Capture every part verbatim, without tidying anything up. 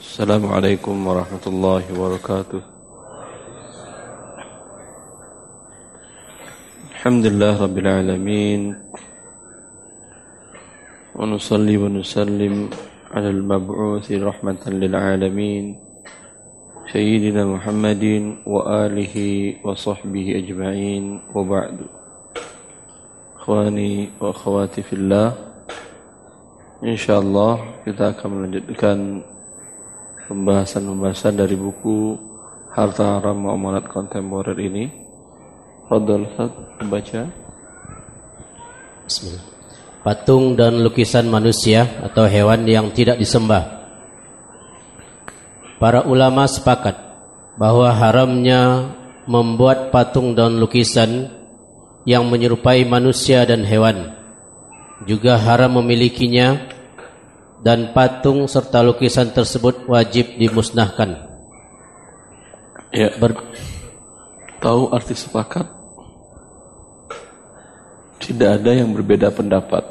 Assalamualaikum warahmatullahi wabarakatuh. Alhamdulillah rabbil alamin. Wa nusalli wa nusallim ala al-mab'uthi rahmatan lil alamin Sayyidina Muhammadin wa alihi wa sahbihi ajma'in wa ba'du. Ikhwani wa akhwati fillah, insyaallah kita akan melanjutkan pembahasan-pembahasan dari buku Harta Haram Muamalat Kontemporer ini. Fadhal Ustaz, membaca. Bismillah. Patung dan lukisan manusia atau hewan yang tidak disembah. Para ulama sepakat bahwa haramnya membuat patung dan lukisan yang menyerupai manusia dan hewan. Juga haram memilikinya, dan patung serta lukisan tersebut wajib dimusnahkan. Ya, Ber- tahu arti sepakat? Tidak ada yang berbeda pendapat.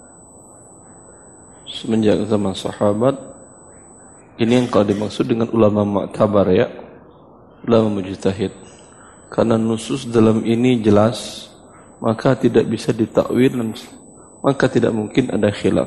Semenjak zaman sahabat, ini yang kalau dimaksud dengan ulama mu'tabar, ya, ulama mujtahid. Karena nusus dalam ini jelas, maka tidak bisa ditakwil, maka tidak mungkin ada khilaf.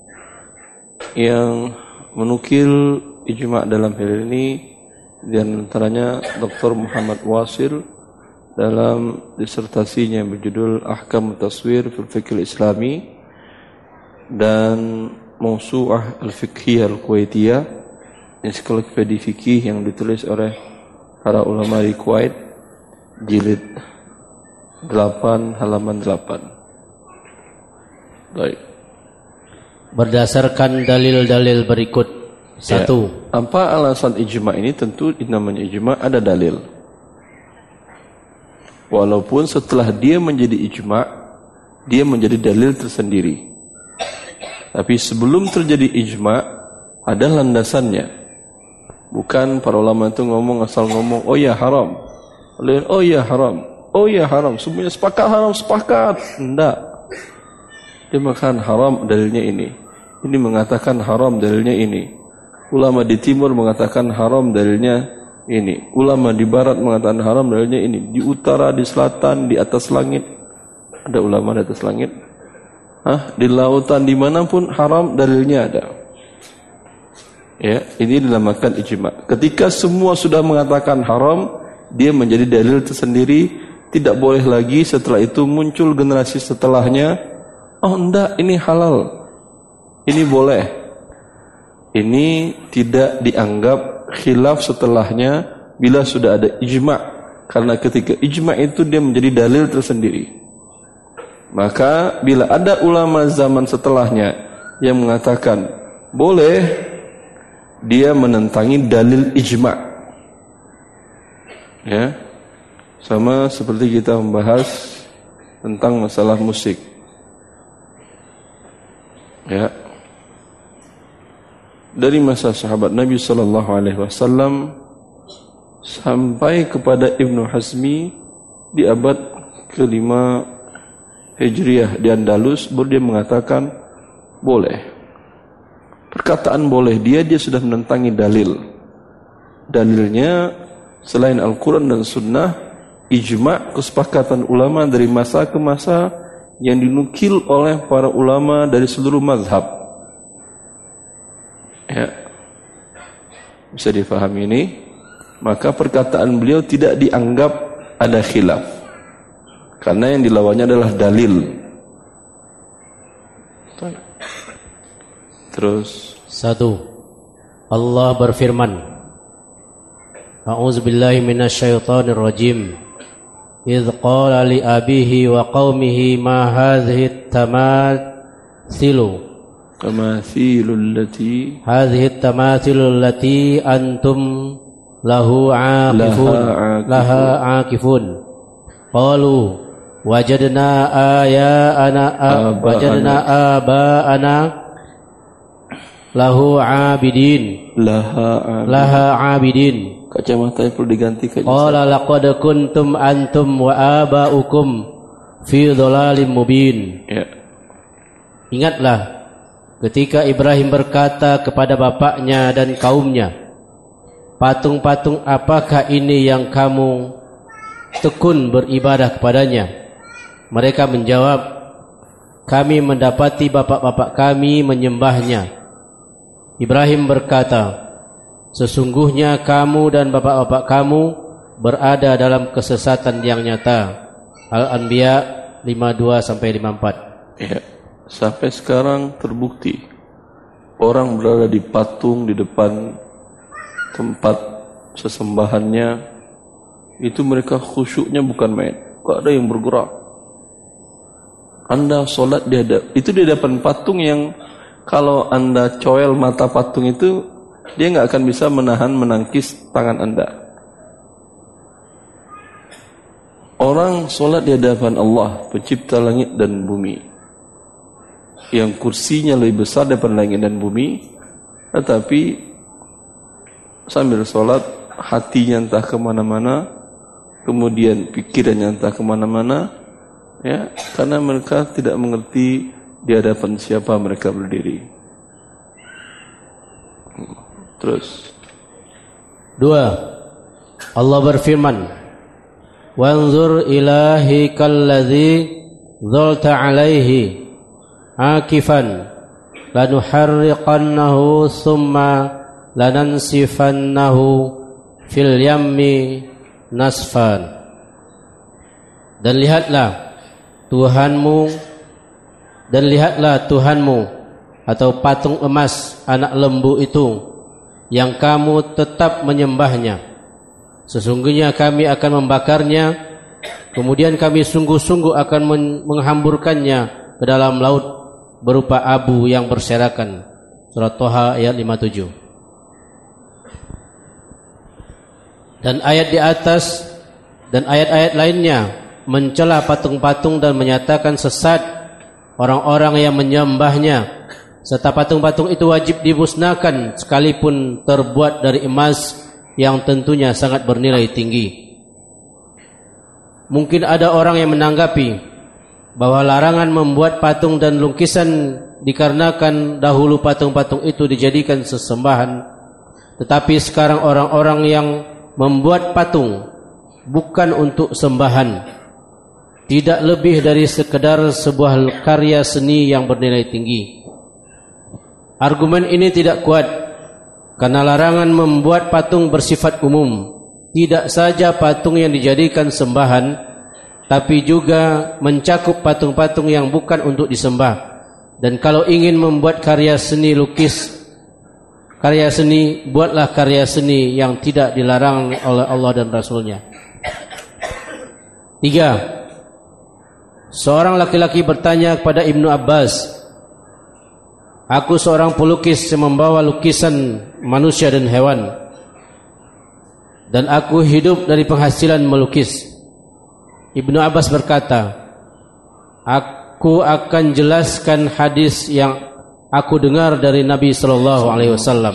Yang menukil ijma' dalam hal ini di antaranya Doktor Muhammad Wasil dalam disertasinya yang berjudul Ahkam Taswir fil Fiqh Islami dan Mawsu'ah Al-Fiqhiyah Al-Kuwaitiyah, ensiklopedia fikih yang ditulis oleh para ulama di Kuwait, jilid delapan halaman delapan. Baik. Berdasarkan dalil-dalil berikut. Satu. Ya, apa alasan ijma' ini? Tentu namanya ijma' ada dalil. Walaupun setelah dia menjadi ijma', dia menjadi dalil tersendiri. Tapi sebelum terjadi ijma', ada landasannya. Bukan para ulama itu ngomong asal ngomong, oh ya haram, oh ya haram, oh ya haram, semuanya sepakat haram, sepakat. Tidak. Dia mengatakan haram, dalilnya ini. Ini mengatakan haram, dalilnya ini. Ulama di timur mengatakan haram, dalilnya ini. Ulama di barat mengatakan haram, dalilnya ini. Di utara, di selatan, di atas langit. Ada ulama di atas langit. Hah? Di lautan, dimanapun haram, dalilnya ada. Ya, ini dinamakan ijma'. Ketika semua sudah mengatakan haram, dia menjadi dalil tersendiri. Tidak boleh lagi setelah itu muncul generasi setelahnya, oh enggak, ini halal, ini boleh. Ini tidak dianggap khilaf setelahnya bila sudah ada ijma'. Karena ketika ijma' itu dia menjadi dalil tersendiri. Maka bila ada ulama zaman setelahnya yang mengatakan boleh, dia menentangi dalil ijma'. Ya. Sama seperti kita membahas tentang masalah musik. Ya. Dari masa sahabat Nabi sallallahu alaihi wasallam sampai kepada Ibnu Hazmi di abad kelima Hijriah di Andalus, baru dia mengatakan boleh. Perkataan boleh dia dia sudah menentangi dalil. Dalilnya selain Al-Quran dan Sunnah, ijma', kesepakatan ulama dari masa ke masa yang dinukil oleh para ulama dari seluruh mazhab. Ya, bisa difahami ini. Maka perkataan beliau tidak dianggap ada khilaf, karena yang dilawannya adalah dalil. Terus Satu. Allah berfirman, A'udzubillahi minasyaitonir rajim. Idz qala li abihi wa qaumihi ma hadhihi tamathilu Tamathilul lati Hadhihi tamathilu allati antum lahu aakifun laha aakifun. Qalu wajadna ayana wajadna aba'ana lahu abidin laha laha abidin. Kacamata perlu diganti. Qala laqad kuntum antum wa aba'ukum fi dhalalim mubin. Ya. Ingatlah ketika Ibrahim berkata kepada bapaknya dan kaumnya, patung-patung apakah ini yang kamu tekun beribadah kepadanya? Mereka menjawab, kami mendapati bapak-bapak kami menyembahnya. Ibrahim berkata, sesungguhnya kamu dan bapak-bapak kamu berada dalam kesesatan yang nyata. Al-Anbiya lima puluh dua sampai lima puluh empat. Ya, sampai sekarang terbukti orang berada di patung di depan tempat sesembahannya itu mereka khusyuknya bukan main. Gak ada yang bergerak. Anda sholat di hadapan itu di hadapan patung yang kalau Anda coel mata patung itu dia nggak akan bisa menahan menangkis tangan Anda. Orang sholat di hadapan Allah, pencipta langit dan bumi, yang kursinya lebih besar daripada langit dan bumi, tetapi sambil sholat hatinya entah kemana-mana, kemudian pikirannya entah kemana-mana, ya, karena mereka tidak mengerti di hadapan siapa mereka berdiri. Terus dua, Allah berfirman, wanzur ilahi kalladzi dzalta alaihi akifan lanuharriqannahu thumma lanansifannahu fil yammi nasfan. Dan lihatlah Tuhanmu dan lihatlah Tuhanmu atau patung emas anak lembu itu yang kamu tetap menyembahnya. Sesungguhnya kami akan membakarnya, kemudian kami sungguh-sungguh akan menghamburkannya ke dalam laut berupa abu yang berserakan. Surat Toha ayat lima puluh tujuh. Dan ayat di atas dan ayat-ayat lainnya mencela patung-patung dan menyatakan sesat orang-orang yang menyembahnya, serta patung-patung itu wajib dimusnahkan sekalipun terbuat dari emas yang tentunya sangat bernilai tinggi. Mungkin ada orang yang menanggapi bahwa larangan membuat patung dan lukisan dikarenakan dahulu patung-patung itu dijadikan sesembahan, tetapi sekarang orang-orang yang membuat patung bukan untuk sembahan, tidak lebih dari sekedar sebuah karya seni yang bernilai tinggi. Argumen ini tidak kuat karena larangan membuat patung bersifat umum, tidak saja patung yang dijadikan sembahan, tapi juga mencakup patung-patung yang bukan untuk disembah. Dan kalau ingin membuat karya seni lukis, karya seni, buatlah karya seni yang tidak dilarang oleh Allah dan Rasulnya. Tiga, seorang laki-laki bertanya kepada Ibnu Abbas, aku seorang pelukis yang membawa lukisan manusia dan hewan, dan aku hidup dari penghasilan melukis. Ibnu Abbas berkata, aku akan jelaskan hadis yang aku dengar dari Nabi sallallahu alaihi wasallam.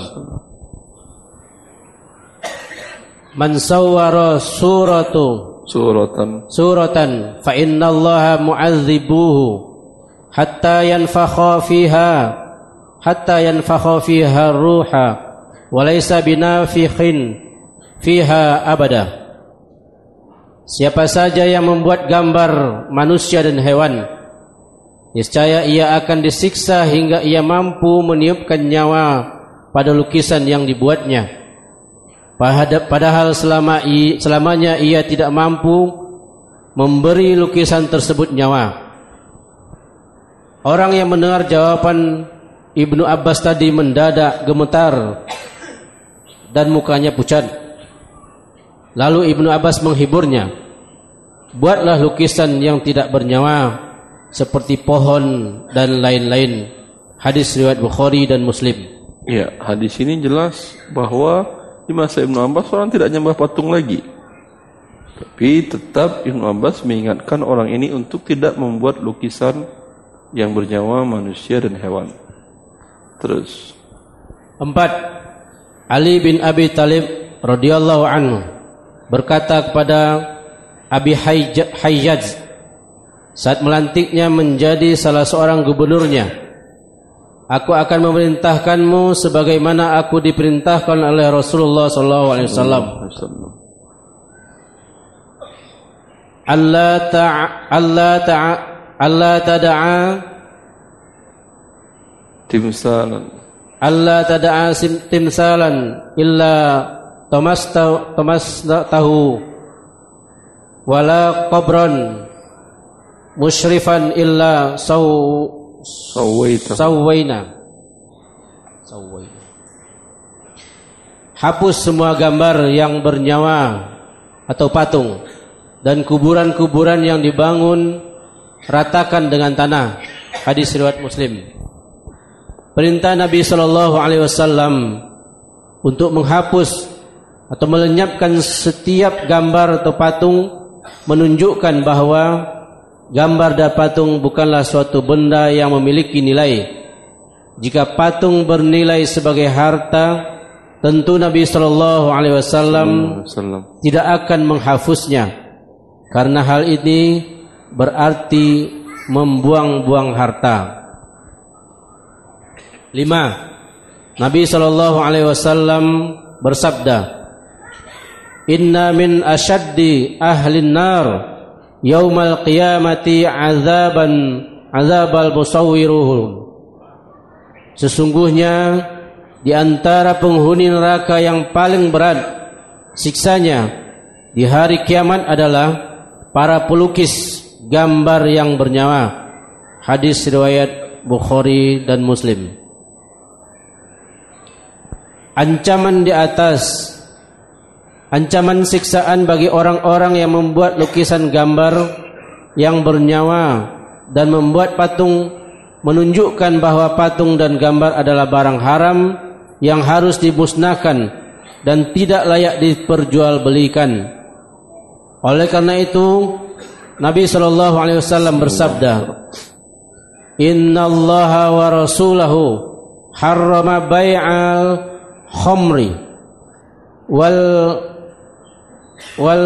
Man sawwara suratu suratan suratan fa innallaha mu'adzibuhu hatta yanfakha fiha hatta yanfakha fiha ruha wa laysa binafikhin fiha abada. Siapa saja yang membuat gambar manusia dan hewan, niscaya ia akan disiksa hingga ia mampu meniupkan nyawa pada lukisan yang dibuatnya. Padahal selama selamanya ia tidak mampu memberi lukisan tersebut nyawa. Orang yang mendengar jawaban Ibnu Abbas tadi mendadak gemetar dan mukanya pucat. Lalu Ibnu Abbas menghiburnya, buatlah lukisan yang tidak bernyawa seperti pohon dan lain-lain. Hadis riwayat Bukhari dan Muslim. Ya, hadis ini jelas bahwa di masa Ibnu Abbas orang tidak nyembah patung lagi. Tapi tetap Ibnu Abbas mengingatkan orang ini untuk tidak membuat lukisan yang bernyawa manusia dan hewan. Terus empat, Ali bin Abi Thalib radhiyallahu anhu berkata kepada Abi Hayyaj saat melantiknya menjadi salah seorang gubernurnya, aku akan memerintahkanmu sebagaimana aku diperintahkan oleh Rasulullah sallallahu alaihi wasallam. Allah ta'a Allah ta'a Allah tada'a timsalan Allah tada'a timsalan illa tamasta tamastahu wala qabran musyrifan illa saw sawaita sawaina sawaina. Hapus semua gambar yang bernyawa atau patung dan kuburan-kuburan yang dibangun ratakan dengan tanah. Hadis riwayat Muslim. Perintah Nabi sallallahu alaihi wasallam untuk menghapus atau melenyapkan setiap gambar atau patung menunjukkan bahwa gambar dan patung bukanlah suatu benda yang memiliki nilai. Jika patung bernilai sebagai harta, tentu Nabi sallallahu alaihi wasallam tidak akan menghapusnya, karena hal ini berarti membuang-buang harta. Lima, Nabi sallallahu alaihi wasallam bersabda, "Inna min ashaddi ahlin nar yaumal qiyamati azaban azabal musawwiruhum." Sesungguhnya di antara penghuni neraka yang paling berat siksanya di hari kiamat adalah para pelukis gambar yang bernyawa. Hadis riwayat Bukhari dan Muslim. Ancaman di atas, ancaman siksaan bagi orang-orang yang membuat lukisan gambar yang bernyawa dan membuat patung menunjukkan bahwa patung dan gambar adalah barang haram yang harus dimusnahkan dan tidak layak diperjualbelikan. Oleh karena itu, Nabi sallallahu alaihi wasallam bersabda, "Innallaha wa rasulahu harrama bai'al khamri wal wal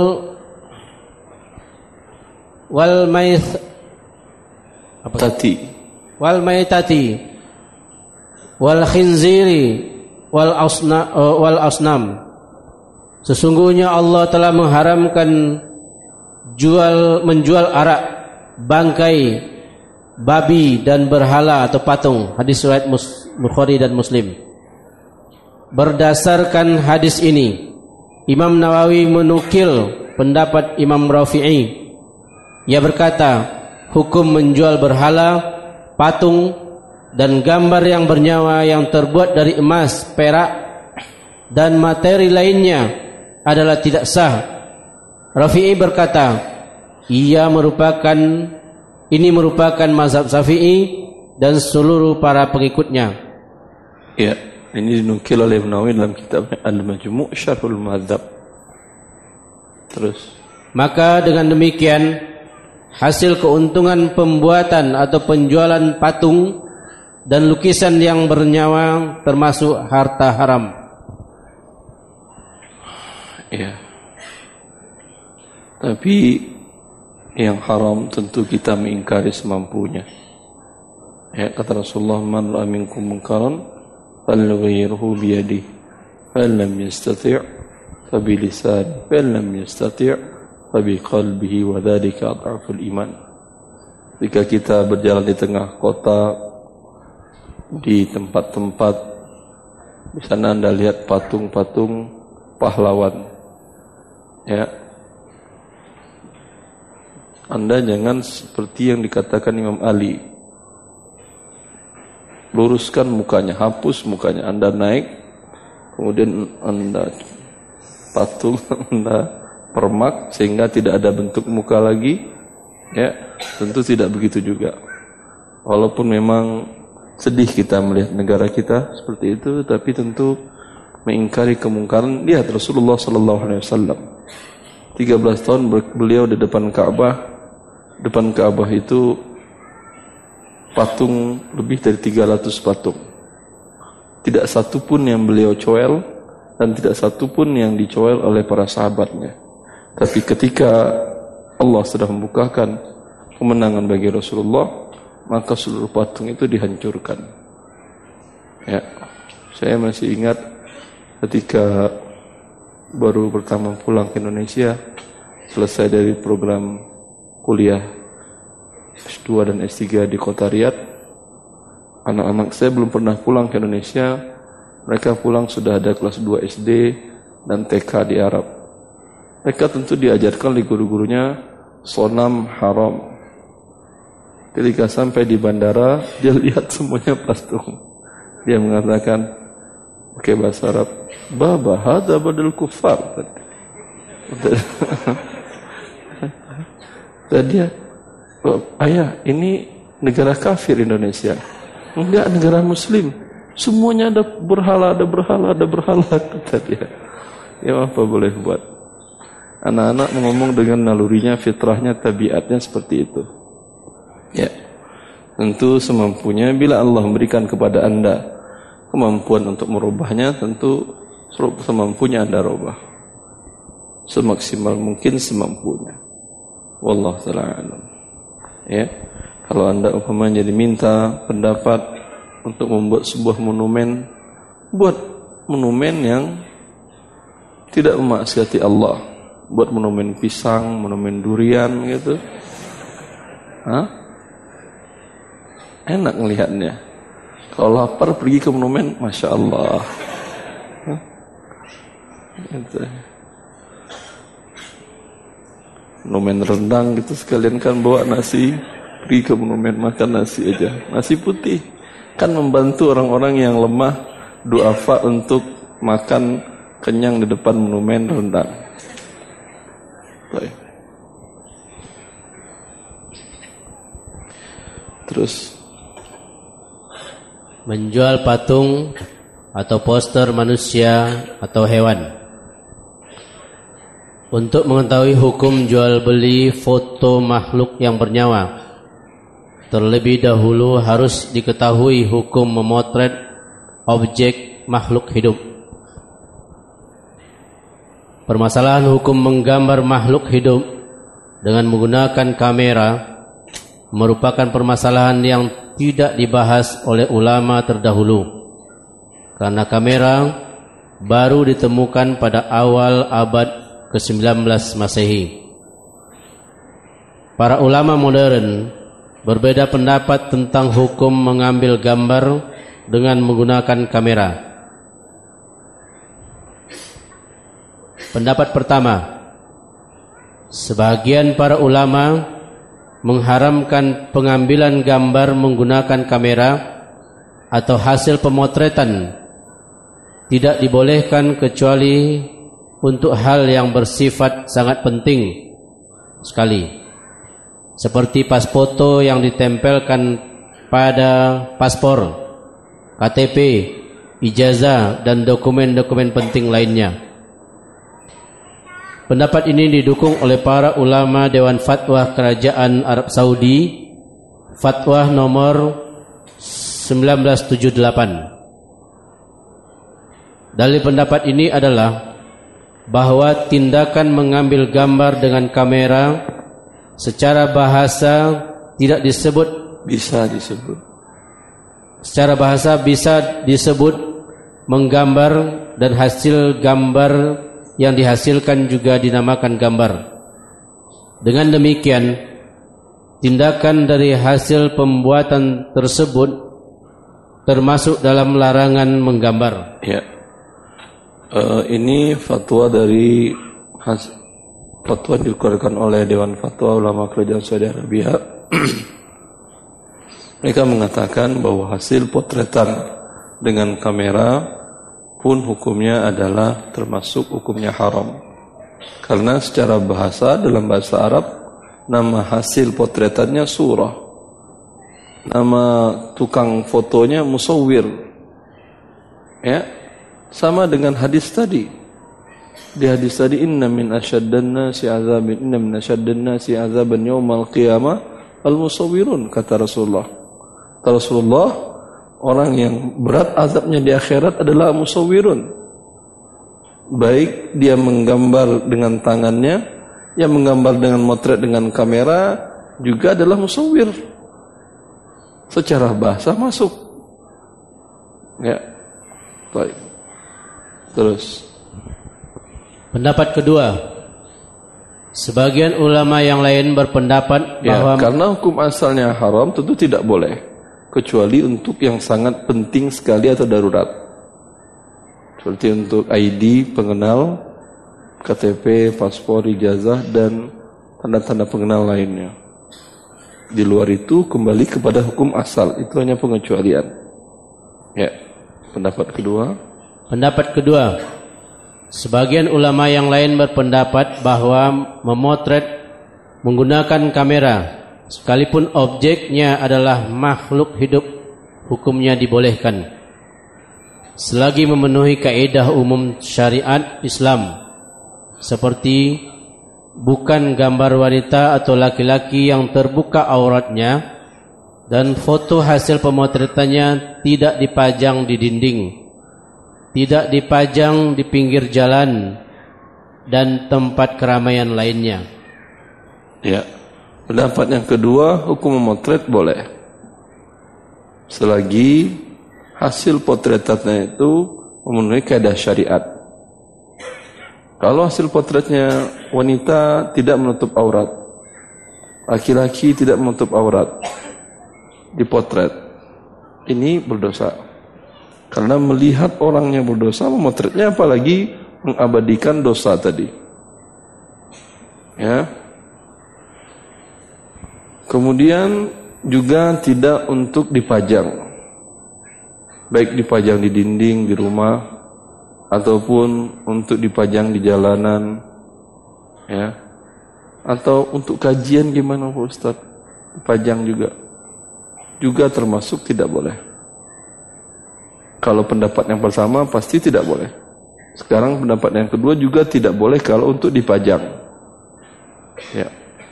wal maith apa tati wal maitati wal khinziri wal asna wal asnam." Sesungguhnya Allah telah mengharamkan jual menjual arak, bangkai babi dan berhala atau patung. Hadis riwayat Bukhari dan Muslim. Berdasarkan hadis ini, Imam Nawawi menukil pendapat Imam Rafi'i. Ia berkata, hukum menjual berhala, patung dan gambar yang bernyawa yang terbuat dari emas, perak dan materi lainnya adalah tidak sah. Rafi'i berkata, ia merupakan ini merupakan mazhab Syafi'i dan seluruh para pengikutnya. Ya, ini dinukil oleh Ibnu Nawawi dalam kitabnya Al-Majmu' Syarhul Muhadzab. Terus, maka dengan demikian hasil keuntungan pembuatan atau penjualan patung dan lukisan yang bernyawa termasuk harta haram. Ya. Tapi yang haram tentu kita mengingkari semampunya. Ya, kata Rasulullah, "Man ra'a minkum munkaran falyughayyirhu bi yadihi, fa lam yastati' fa bi lisanihi, fa lam yastati' fa bi qalbihi wa dzalika adhaful iman." Jika kita berjalan di tengah kota, di tempat-tempat di sana Anda lihat patung-patung pahlawan, ya, Anda jangan seperti yang dikatakan Imam Ali, luruskan mukanya, hapus mukanya. Anda naik, kemudian Anda patung, Anda permak sehingga tidak ada bentuk muka lagi. Ya, tentu tidak begitu juga. Walaupun memang sedih kita melihat negara kita seperti itu, tapi tentu mengingkari kemungkaran. Lihat Rasulullah sallallahu alaihi wasallam, tiga belas tahun beliau di depan Ka'bah. Depan Ka'bah itu patung lebih dari tiga ratus patung. Tidak satu pun yang beliau coel dan tidak satu pun yang dicoel oleh para sahabatnya. Tapi ketika Allah sudah membukakan kemenangan bagi Rasulullah, maka seluruh patung itu dihancurkan. Ya, saya masih ingat ketika baru pertama pulang ke Indonesia, selesai dari program kuliah S dua dan S tiga di kota Riyadh. Anak-anak saya belum pernah pulang ke Indonesia. Mereka pulang sudah ada kelas dua S D dan T K di Arab. Mereka tentu diajarkan oleh guru-gurunya sonam haram. Ketika sampai di bandara, dia lihat semuanya patung. Dia mengatakan, pakai bahasa Arab, Baba, hadza badal kuffar. Dan dia, oh, ayah, ini negara kafir Indonesia. Enggak, negara muslim. Semuanya ada berhala, ada berhala, ada berhala, kata dia. Ya apa boleh buat. Anak-anak ngomong dengan nalurinya, fitrahnya, tabiatnya seperti itu. Ya, tentu semampunya. Bila Allah memberikan kepada anda kemampuan untuk merubahnya, tentu semampunya anda rubah. Semaksimal mungkin semampunya. Wallahu ta'ala alam. Ya, kalau anda umpamanya diminta pendapat untuk membuat sebuah monumen, buat monumen yang tidak memaksiati Allah. Buat monumen pisang, monumen durian gitu. Hah? Enak ngelihatnya. Kalau lapar pergi ke monumen, masya Allah. Hah? Gitu. Monumen rendang gitu, sekalian kan bawa nasi, pergi ke monumen makan nasi aja, nasi putih. Kan membantu orang-orang yang lemah, duafa untuk makan kenyang di depan monumen rendang. Baik. Terus menjual patung atau poster manusia atau hewan. Untuk mengetahui hukum jual beli foto makhluk yang bernyawa, terlebih dahulu harus diketahui hukum memotret objek makhluk hidup. Permasalahan hukum menggambar makhluk hidup dengan menggunakan kamera merupakan permasalahan yang tidak dibahas oleh ulama terdahulu, karena kamera baru ditemukan pada awal abad ke sembilan belas Masehi. Para ulama modern berbeda pendapat tentang hukum mengambil gambar dengan menggunakan kamera. Pendapat pertama, sebagian para ulama mengharamkan pengambilan gambar menggunakan kamera atau hasil pemotretan. Tidak dibolehkan kecuali untuk hal yang bersifat sangat penting sekali, seperti pas foto yang ditempelkan pada paspor, K T P, ijazah, dan dokumen-dokumen penting lainnya. Pendapat ini didukung oleh para ulama Dewan Fatwa Kerajaan Arab Saudi, Fatwa nomor seribu sembilan ratus tujuh puluh delapan. Dalil pendapat ini adalah bahwa tindakan mengambil gambar dengan kamera secara bahasa tidak disebut bisa disebut secara bahasa bisa disebut menggambar, dan hasil gambar yang dihasilkan juga dinamakan gambar. Dengan demikian, tindakan dari hasil pembuatan tersebut termasuk dalam larangan menggambar. Ya, uh, ini fatwa dari has, fatwa dikeluarkan oleh Dewan Fatwa Ulama Kerajaan Saudi Arabia. Mereka mengatakan bahwa hasil potretan dengan kamera pun hukumnya adalah termasuk hukumnya haram. Karena secara bahasa, dalam bahasa Arab, nama hasil potretannya surah. Nama tukang fotonya musawwir. Ya, sama dengan hadis tadi. Di hadis tadi, inna min asyaddan nasi azabin, inna min asyaddan nasi azaban yaumal qiyamah al-musawwirun, kata Rasulullah. Kata Rasulullah, orang yang berat azabnya di akhirat adalah musawwirun. Baik dia menggambar dengan tangannya, yang menggambar dengan motret dengan kamera, juga adalah musawwir. Secara bahasa masuk. Ya. Baik. Terus. Pendapat kedua, sebagian ulama yang lain berpendapat ya, bahwa karena hukum asalnya haram tentu tidak boleh, kecuali untuk yang sangat penting sekali atau darurat. Seperti untuk I D, pengenal, K T P, paspor, ijazah, dan tanda-tanda pengenal lainnya. Di luar itu kembali kepada hukum asal, itu hanya pengecualian. Ya, pendapat kedua. Pendapat kedua, sebagian ulama yang lain berpendapat bahwa memotret menggunakan kamera, sekalipun objeknya adalah makhluk hidup, hukumnya dibolehkan, selagi memenuhi kaidah umum syariat Islam, seperti bukan gambar wanita atau laki-laki yang terbuka auratnya, dan foto hasil pemotretannya tidak dipajang di dinding, tidak dipajang di pinggir jalan dan tempat keramaian lainnya. Ya, pendapat yang kedua, hukum memotret boleh, selagi hasil potretannya itu memenuhi kaidah syariat. Kalau hasil potretnya wanita tidak menutup aurat, laki-laki tidak menutup aurat, dipotret, ini berdosa. Karena melihat orangnya berdosa, memotretnya, apalagi mengabadikan dosa tadi. Ya. Kemudian juga tidak untuk dipajang, baik dipajang di dinding di rumah ataupun untuk dipajang di jalanan, ya, atau untuk kajian gimana Pak Ustaz, dipajang juga, juga termasuk tidak boleh. Kalau pendapat yang pertama pasti tidak boleh. Sekarang pendapat yang kedua juga tidak boleh kalau untuk dipajang. Ya.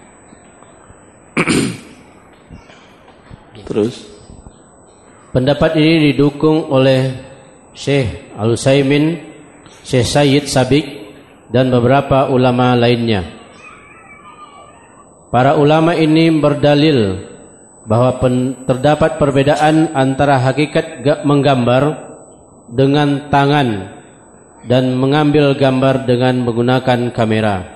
Terus pendapat ini didukung oleh Syekh Al-Utsaimin, Syekh Sayyid Sabiq, dan beberapa ulama lainnya. Para ulama ini berdalil bahwa pen, terdapat perbedaan antara hakikat menggambar dengan tangan dan mengambil gambar dengan menggunakan kamera,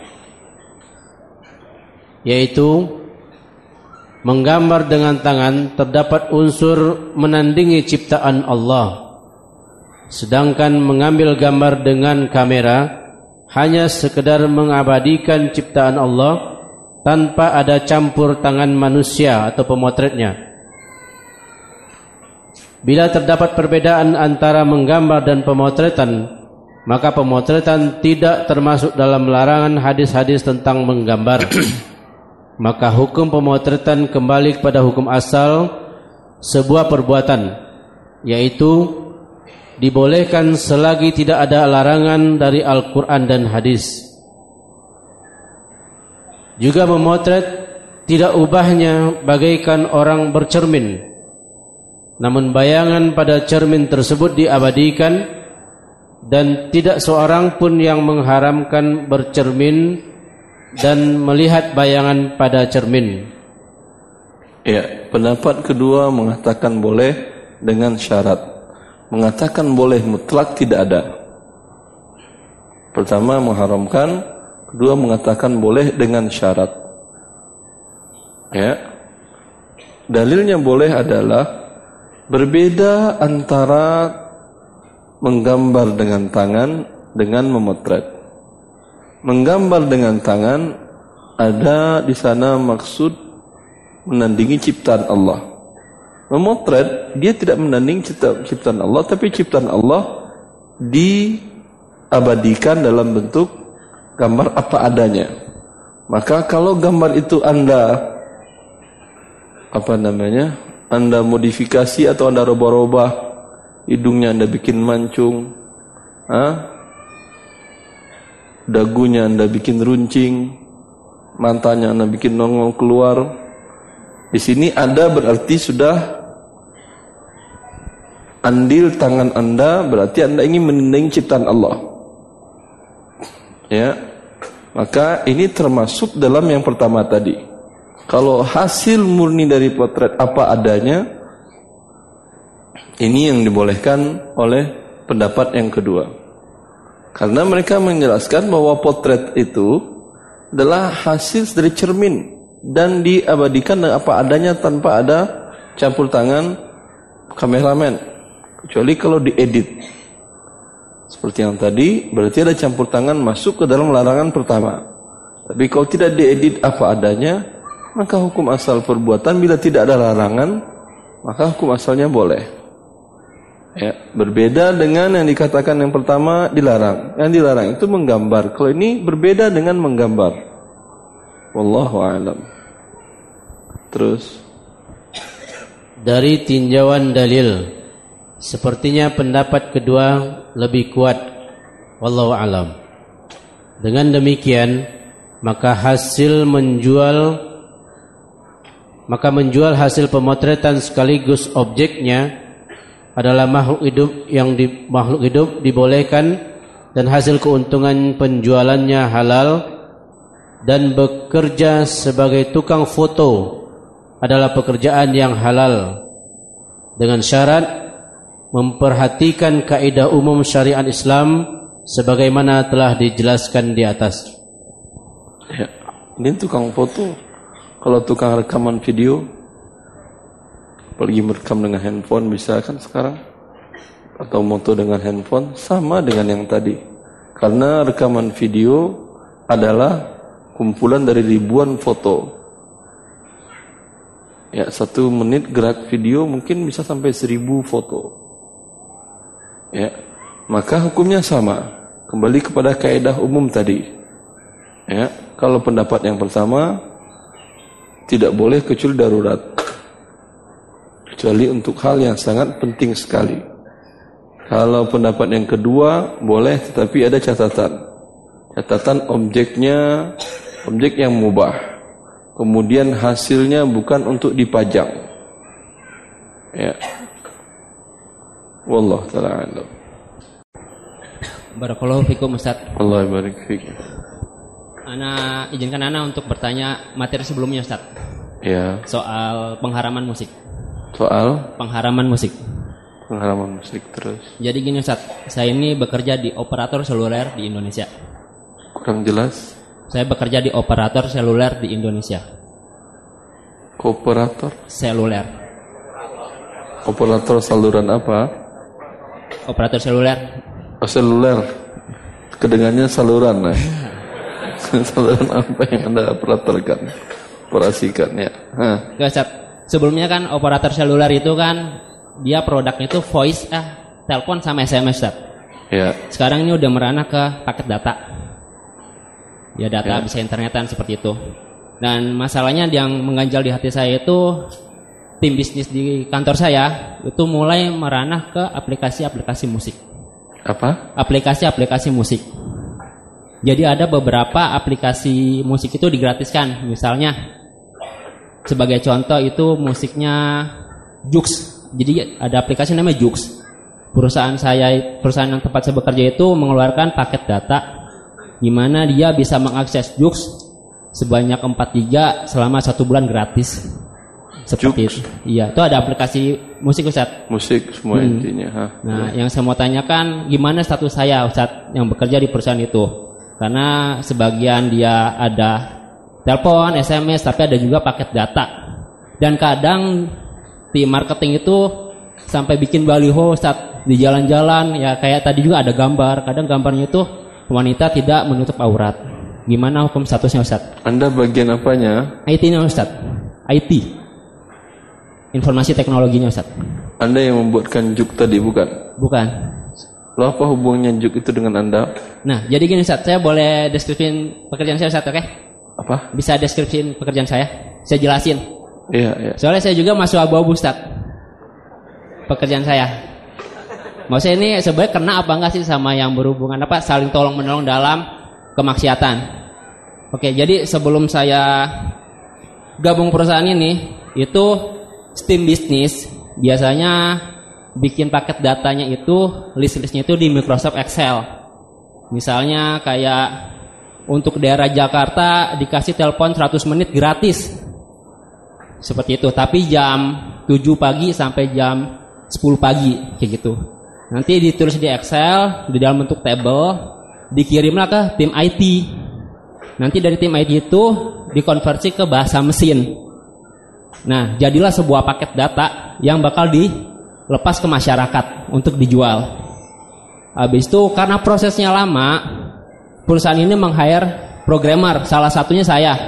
yaitu menggambar dengan tangan terdapat unsur menandingi ciptaan Allah, sedangkan mengambil gambar dengan kamera hanya sekedar mengabadikan ciptaan Allah tanpa ada campur tangan manusia atau pemotretnya. Bila terdapat perbedaan antara menggambar dan pemotretan, maka pemotretan tidak termasuk dalam larangan hadis-hadis tentang menggambar. Maka hukum pemotretan kembali kepada hukum asal sebuah perbuatan, yaitu dibolehkan selagi tidak ada larangan dari Al-Quran dan hadis. Juga memotret tidak ubahnya bagaikan orang bercermin, namun bayangan pada cermin tersebut diabadikan, dan tidak seorang pun yang mengharamkan bercermin dan melihat bayangan pada cermin. Ya, pendapat kedua mengatakan boleh dengan syarat. Mengatakan boleh mutlak tidak ada. Pertama mengharamkan, kedua mengatakan boleh dengan syarat. Ya. Dalilnya boleh adalah berbeda antara menggambar dengan tangan dengan memotret. Menggambar dengan tangan ada di sana maksud menandingi ciptaan Allah. Memotret dia tidak menandingi ciptaan Allah, tapi ciptaan Allah diabadikan dalam bentuk gambar apa adanya. Maka kalau gambar itu Anda apa namanya? Anda modifikasi atau Anda robah-robah, hidungnya Anda bikin mancung, ha? Dagunya Anda bikin runcing, matanya Anda bikin nongol keluar. Di sini ada berarti sudah andil tangan Anda, berarti Anda ingin menandingi ciptaan Allah. Ya, maka ini termasuk dalam yang pertama tadi. Kalau hasil murni dari potret apa adanya, Ini yang dibolehkan oleh pendapat yang kedua. Karena mereka menjelaskan bahwa potret itu adalah hasil dari cermin dan diabadikan dengan apa adanya tanpa ada campur tangan kameramen. Kecuali kalau diedit. Seperti yang tadi, berarti ada campur tangan masuk ke dalam larangan pertama. Tapi kalau tidak diedit apa adanya, maka hukum asal perbuatan bila tidak ada larangan, maka hukum asalnya boleh. Ya, berbeda dengan yang dikatakan yang pertama dilarang. Yang dilarang itu menggambar. Kalau ini berbeda dengan menggambar. Wallahu a'lam. Terus dari tinjauan dalil, sepertinya pendapat kedua lebih kuat. Wallahu a'lam. Dengan demikian, maka hasil menjual maka menjual hasil pemotretan sekaligus objeknya adalah makhluk hidup yang di, makhluk hidup dibolehkan dan hasil keuntungan penjualannya halal, dan bekerja sebagai tukang foto adalah pekerjaan yang halal dengan syarat memperhatikan kaidah umum syariat Islam sebagaimana telah dijelaskan di atas. Ya, ini tukang foto. Kalau tukang rekaman video, apalagi merekam dengan handphone bisa kan sekarang, atau moto dengan handphone, sama dengan yang tadi. Karena rekaman video adalah kumpulan dari ribuan foto. Ya, satu menit gerak video mungkin bisa sampai seribu foto. Ya, maka hukumnya sama. Kembali kepada kaidah umum tadi. Ya, kalau pendapat yang pertama tidak boleh kecuali darurat. Kecuali untuk hal yang sangat penting sekali. Kalau pendapat yang kedua boleh, tetapi ada catatan. Catatan objeknya objek yang mubah. Kemudian hasilnya bukan untuk dipajang. Ya. Wallahu ta'ala a'lam. Barakallahu fikum Ustaz. Allah barik fikum. Ana izinkan Ana untuk bertanya materi sebelumnya Ustaz. Ya. Soal pengharaman musik. Soal pengharaman musik. Pengharaman musik terus. Jadi gini Ustaz, saya ini bekerja di operator seluler di Indonesia. Kurang jelas. Saya bekerja di operator seluler di Indonesia. Kooperator? Seluler. Operator saluran apa? Operator seluler. Oh, seluler. Kedengarannya saluran lah. Saluran apa yang Anda operatorkan? Operasikan ya. Hah. Enggak Ustaz. Sebelumnya kan operator seluler itu kan dia produknya itu voice eh telepon sama S M S Ustaz. Ya. Sekarang ini udah merana ke paket data. Ya data Ya. bisa internetan seperti itu. Dan masalahnya yang mengganjal di hati saya itu tim bisnis di kantor saya itu mulai meranah ke aplikasi-aplikasi musik. Apa? Aplikasi-aplikasi musik. Jadi ada beberapa aplikasi musik itu digratiskan. Misalnya sebagai contoh itu musiknya Jux. Jadi ada aplikasi namanya Jux. Perusahaan saya, perusahaan yang tempat saya bekerja itu mengeluarkan paket data di mana dia bisa mengakses Jux sebanyak empat giga selama satu bulan gratis. Seperti Jux. itu. Iya, itu ada aplikasi musik Ustaz. Musik semua Hmm. intinya. Hah. Nah, yang saya mau tanyakan gimana status saya Ustaz yang bekerja di perusahaan itu? Karena sebagian dia ada telepon, S M S, tapi ada juga paket data. Dan kadang tim marketing itu sampai bikin baliho Ustaz di jalan-jalan, ya kayak tadi juga ada gambar. Kadang gambarnya itu wanita tidak menutup aurat. Gimana hukum statusnya Ustaz? Anda bagian apanya? I T-nya Ustaz. I T. Informasi teknologinya Ustaz. Anda yang membuatkan juk tadi bukan? Bukan. Lalu apa hubungannya juk itu dengan Anda? Nah, jadi gini Ustaz, saya boleh deskripsiin pekerjaan saya Ustaz, oke? Okay? Apa? Bisa deskripsiin pekerjaan saya? Saya jelasin. Iya, iya. Soalnya saya juga masuk abu-abu Ustaz. Pekerjaan saya. Maksudnya ini sebenarnya kena apa enggak sih sama yang berhubungan apa saling tolong menolong dalam kemaksiatan. Oke, jadi sebelum saya gabung perusahaan ini, itu tim bisnis biasanya bikin paket datanya itu, list-listnya itu di Microsoft Excel. Misalnya kayak untuk daerah Jakarta dikasih telepon seratus menit gratis. Seperti itu, tapi jam tujuh pagi sampai jam sepuluh pagi kayak gitu. Nanti ditulis di Excel di dalam bentuk table, dikirimlah ke tim I T. Nanti dari tim I T itu dikonversi ke bahasa mesin. Nah, jadilah sebuah paket data yang bakal dilepas ke masyarakat untuk dijual. Habis itu karena prosesnya lama, perusahaan ini meng-hire programmer, salah satunya saya,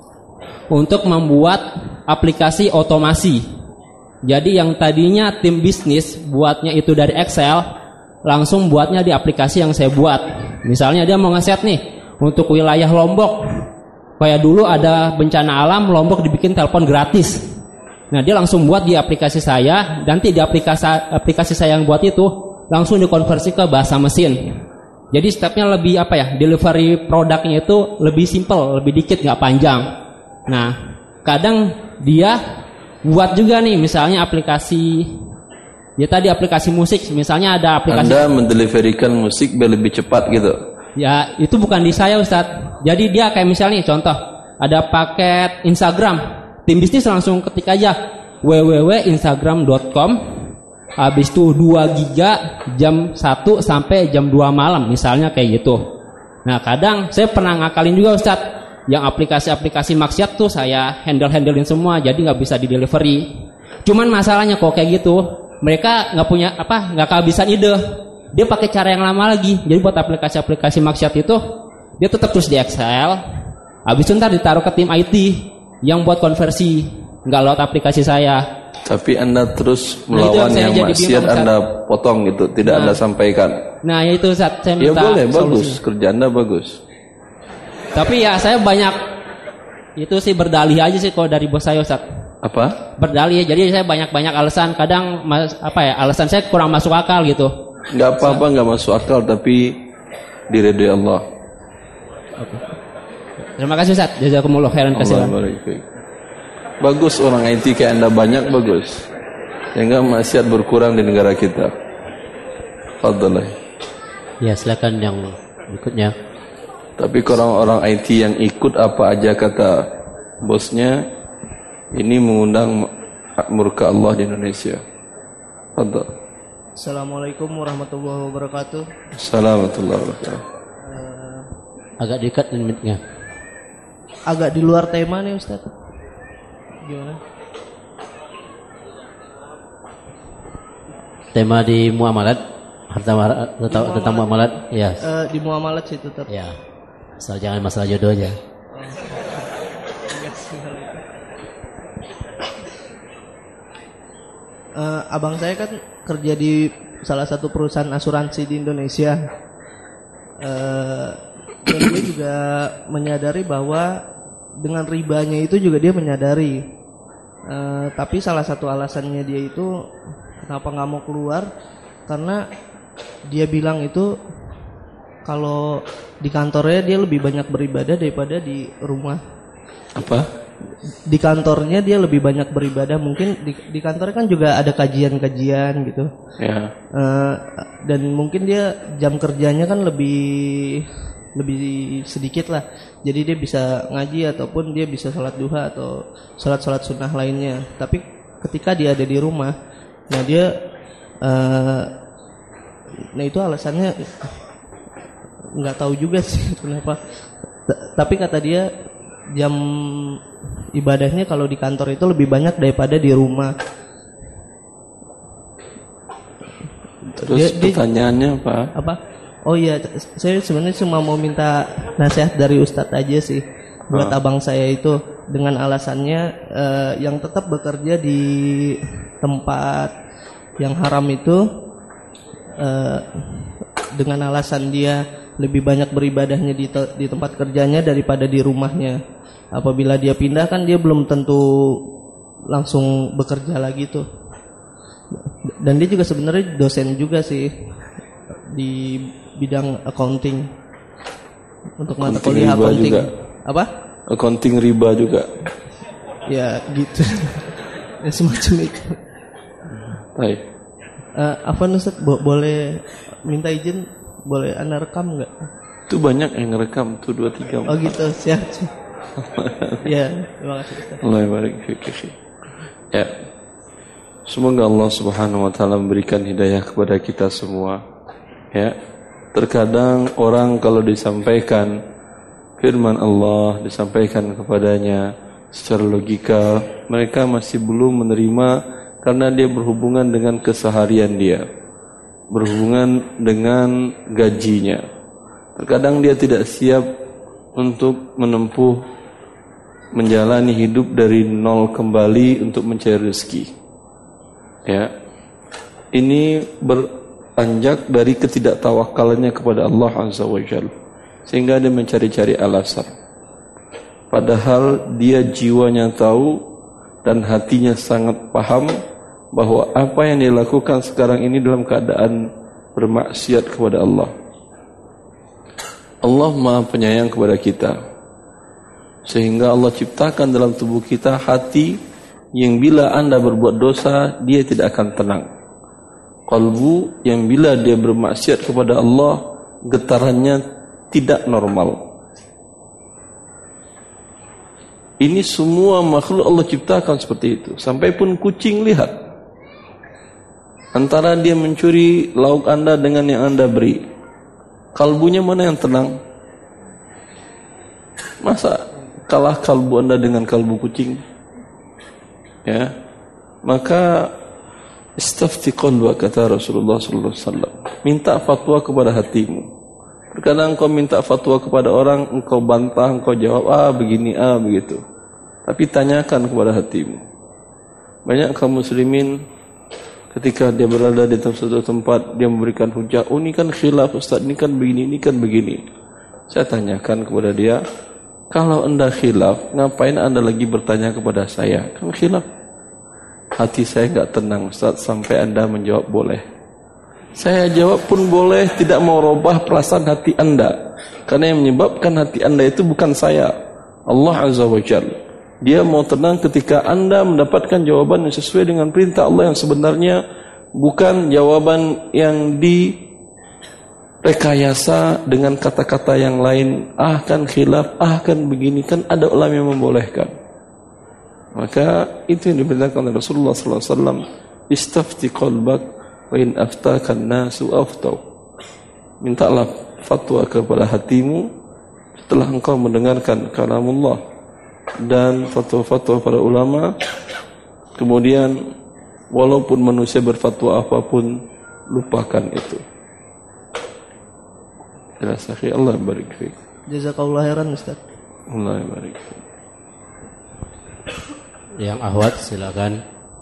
untuk membuat aplikasi otomasi. Jadi yang tadinya tim bisnis buatnya itu dari Excel, langsung buatnya di aplikasi yang saya buat. Misalnya dia mau ngeset nih untuk wilayah Lombok, kayak dulu ada bencana alam, Lombok dibikin telepon gratis. Nah, dia langsung buat di aplikasi saya, nanti di aplikasi aplikasi saya yang buat itu langsung dikonversi ke bahasa mesin. Jadi stepnya lebih apa ya? Delivery produknya itu lebih simple, lebih dikit, nggak panjang. Nah, kadang dia buat juga nih, misalnya aplikasi, ya tadi aplikasi musik, misalnya ada aplikasi. Anda mendeliverikan musik biar lebih cepat gitu. Ya, itu bukan di saya, Ustadz. Jadi dia kayak misalnya contoh, ada paket Instagram, tim bisnis langsung ketik aja w w w titik instagram titik com, habis itu dua giga jam satu sampai jam dua malam, misalnya kayak gitu. Nah, kadang saya pernah ngakalin juga, Ustadz, yang aplikasi-aplikasi maksiat tuh saya handle-handlein semua, jadi nggak bisa di delivery. Cuman masalahnya kok kayak gitu, mereka nggak punya apa, nggak kehabisan ide. Dia pakai cara yang lama lagi. Jadi buat aplikasi-aplikasi maksiat itu, dia tetap terus di Excel. Habis itu ntar ditaruh ke tim I T yang buat konversi, nggak lewat aplikasi saya. Tapi Anda terus Nah, melawan itu yang yang saya jadi maksiat, bingung, Anda potong gitu, tidak Nah. Anda sampaikan. Nah, ya itu Ustaz, saya Ya minta boleh, solusi. bagus, kerja Anda bagus. Tapi ya saya banyak itu sih berdalih aja sih kalau dari bos saya, Ustaz. Apa? Berdalih, jadi saya banyak-banyak alasan. Kadang mas, apa ya, alasan saya kurang masuk akal gitu. Nggak apa-apa, nggak masuk akal, tapi diridhoi Allah. Terima kasih, Ustaz. Jazakumullah khairan katsiran. Allah barik fiik. Bagus orang I T kayak Anda banyak, bagus. Sehingga maksiat berkurang di negara kita. Fadhal. Ya, silakan yang berikutnya. Tapi kalau orang I T yang ikut apa aja kata bosnya, ini mengundang murka Allah di Indonesia. Fadhal. Assalamualaikum warahmatullahi wabarakatuh. Assalamualaikum warahmatullahi wabarakatuh. Agak dekat limitnya. Agak di luar tema nih, Ustaz. Gimana? Tema di muamalat, harta tentang, tentang muamalat, ya. Uh, di muamalat sih tetap. Ya. Asal jangan masalah jodoh aja. Uh, abang saya kan kerja di salah satu perusahaan asuransi di Indonesia. Uh, dan dia juga menyadari bahwa dengan ribanya itu juga dia menyadari. Uh, tapi salah satu alasannya dia itu kenapa nggak mau keluar, karena dia bilang itu kalau di kantornya dia lebih banyak beribadah daripada di rumah. Apa? Di kantornya dia lebih banyak beribadah, mungkin di, di kantornya kan juga ada kajian-kajian gitu. Ya. Uh, dan mungkin dia jam kerjanya kan lebih lebih sedikit lah. Jadi dia bisa ngaji ataupun dia bisa sholat duha atau sholat-sholat sunnah lainnya. Tapi ketika dia ada di rumah, nah dia uh, nah itu alasannya nggak tahu juga sih kenapa. T- tapi kata dia jam ibadahnya kalau di kantor itu lebih banyak daripada di rumah. Terus Dia- dia- pertanyaannya apa? Apa? Oh iya, t- saya sebenarnya cuma mau minta nasihat dari Ustadz aja sih buat Oh. abang saya itu, dengan alasannya eh, yang tetap bekerja di tempat yang haram itu, eh, dengan alasan dia lebih banyak beribadahnya di, te- di tempat kerjanya daripada di rumahnya. Apabila dia pindah kan dia belum tentu langsung bekerja lagi tuh. Dan dia juga sebenarnya dosen juga sih di bidang accounting, untuk mata Accounting kuliah riba accounting. juga. Apa? Accounting riba juga. Ya gitu. Ya, semacam itu. Baik. Uh, Afwan Ustaz, bo- boleh minta izin, boleh anda rekam nggak? Itu banyak yang ngerekam tuh dua tiga. Oh gitu, siap. Ya, terima kasih Ustaz. Allah barik fiik. Ya. Semoga Allah Subhanahu wa taala memberikan hidayah kepada kita semua. Ya. Terkadang orang kalau disampaikan firman Allah, disampaikan kepadanya secara logika, mereka masih belum menerima karena dia berhubungan dengan keseharian dia, berhubungan dengan gajinya. Terkadang dia tidak siap untuk menempuh menjalani hidup dari nol kembali untuk mencari rezeki. Ya. Ini beranjak dari ketidaktawakalnya kepada Allah Azza wa Jalla, sehingga dia mencari-cari alasan. Padahal dia jiwanya tahu dan hatinya sangat paham bahwa apa yang dilakukan sekarang ini dalam keadaan bermaksiat kepada Allah. Allah Maha Penyayang kepada kita, sehingga Allah ciptakan dalam tubuh kita hati yang bila anda berbuat dosa dia tidak akan tenang. Qalbu yang bila dia bermaksiat kepada Allah getarannya tidak normal. Ini semua makhluk Allah ciptakan seperti itu. Sampai pun kucing, lihat, antara dia mencuri lauk anda dengan yang anda beri, kalbunya mana yang tenang? Masa kalah kalbu anda dengan kalbu kucing? Ya, maka istafti qalbak, kata Rasulullah sallallahu alaihi wasallam. Minta fatwa kepada hatimu. Terkadang engkau minta fatwa kepada orang, engkau bantah, engkau jawab ah begini, ah begitu. Tapi tanyakan kepada hatimu. Banyak kaum muslimin ketika dia berada di suatu tempat, dia memberikan hujah, oh ini kan khilaf Ustaz, ini kan begini, ini kan begini. Saya tanyakan kepada dia, kalau anda khilaf, ngapain anda lagi bertanya kepada saya? Kan khilaf. Hati saya enggak tenang Ustaz sampai anda menjawab boleh. Saya jawab pun boleh, tidak mau robah perasaan hati anda. Karena yang menyebabkan hati anda itu bukan saya, Allah Azza wa Jalla. Dia mau tenang ketika anda mendapatkan jawaban yang sesuai dengan perintah Allah, yang sebenarnya bukan jawaban yang direkayasa dengan kata-kata yang lain. Ah kan khilaf, ah kan begini, kan ada ulama yang membolehkan. Maka itu yang diperintahkan oleh Rasulullah sallallahu alaihi wasallam, istafti qalbak wa in aftakan nasu aftau. Mintalah fatwa kepada hatimu setelah engkau mendengarkan kalamullah dan fatwa-fatwa para ulama. Kemudian walaupun manusia berfatwa apapun, lupakan itu. Ya sakhi, Allah barik fiik. Jazakallahu khairan Ustaz. Allah barik fiik. Yang ahwat silakan.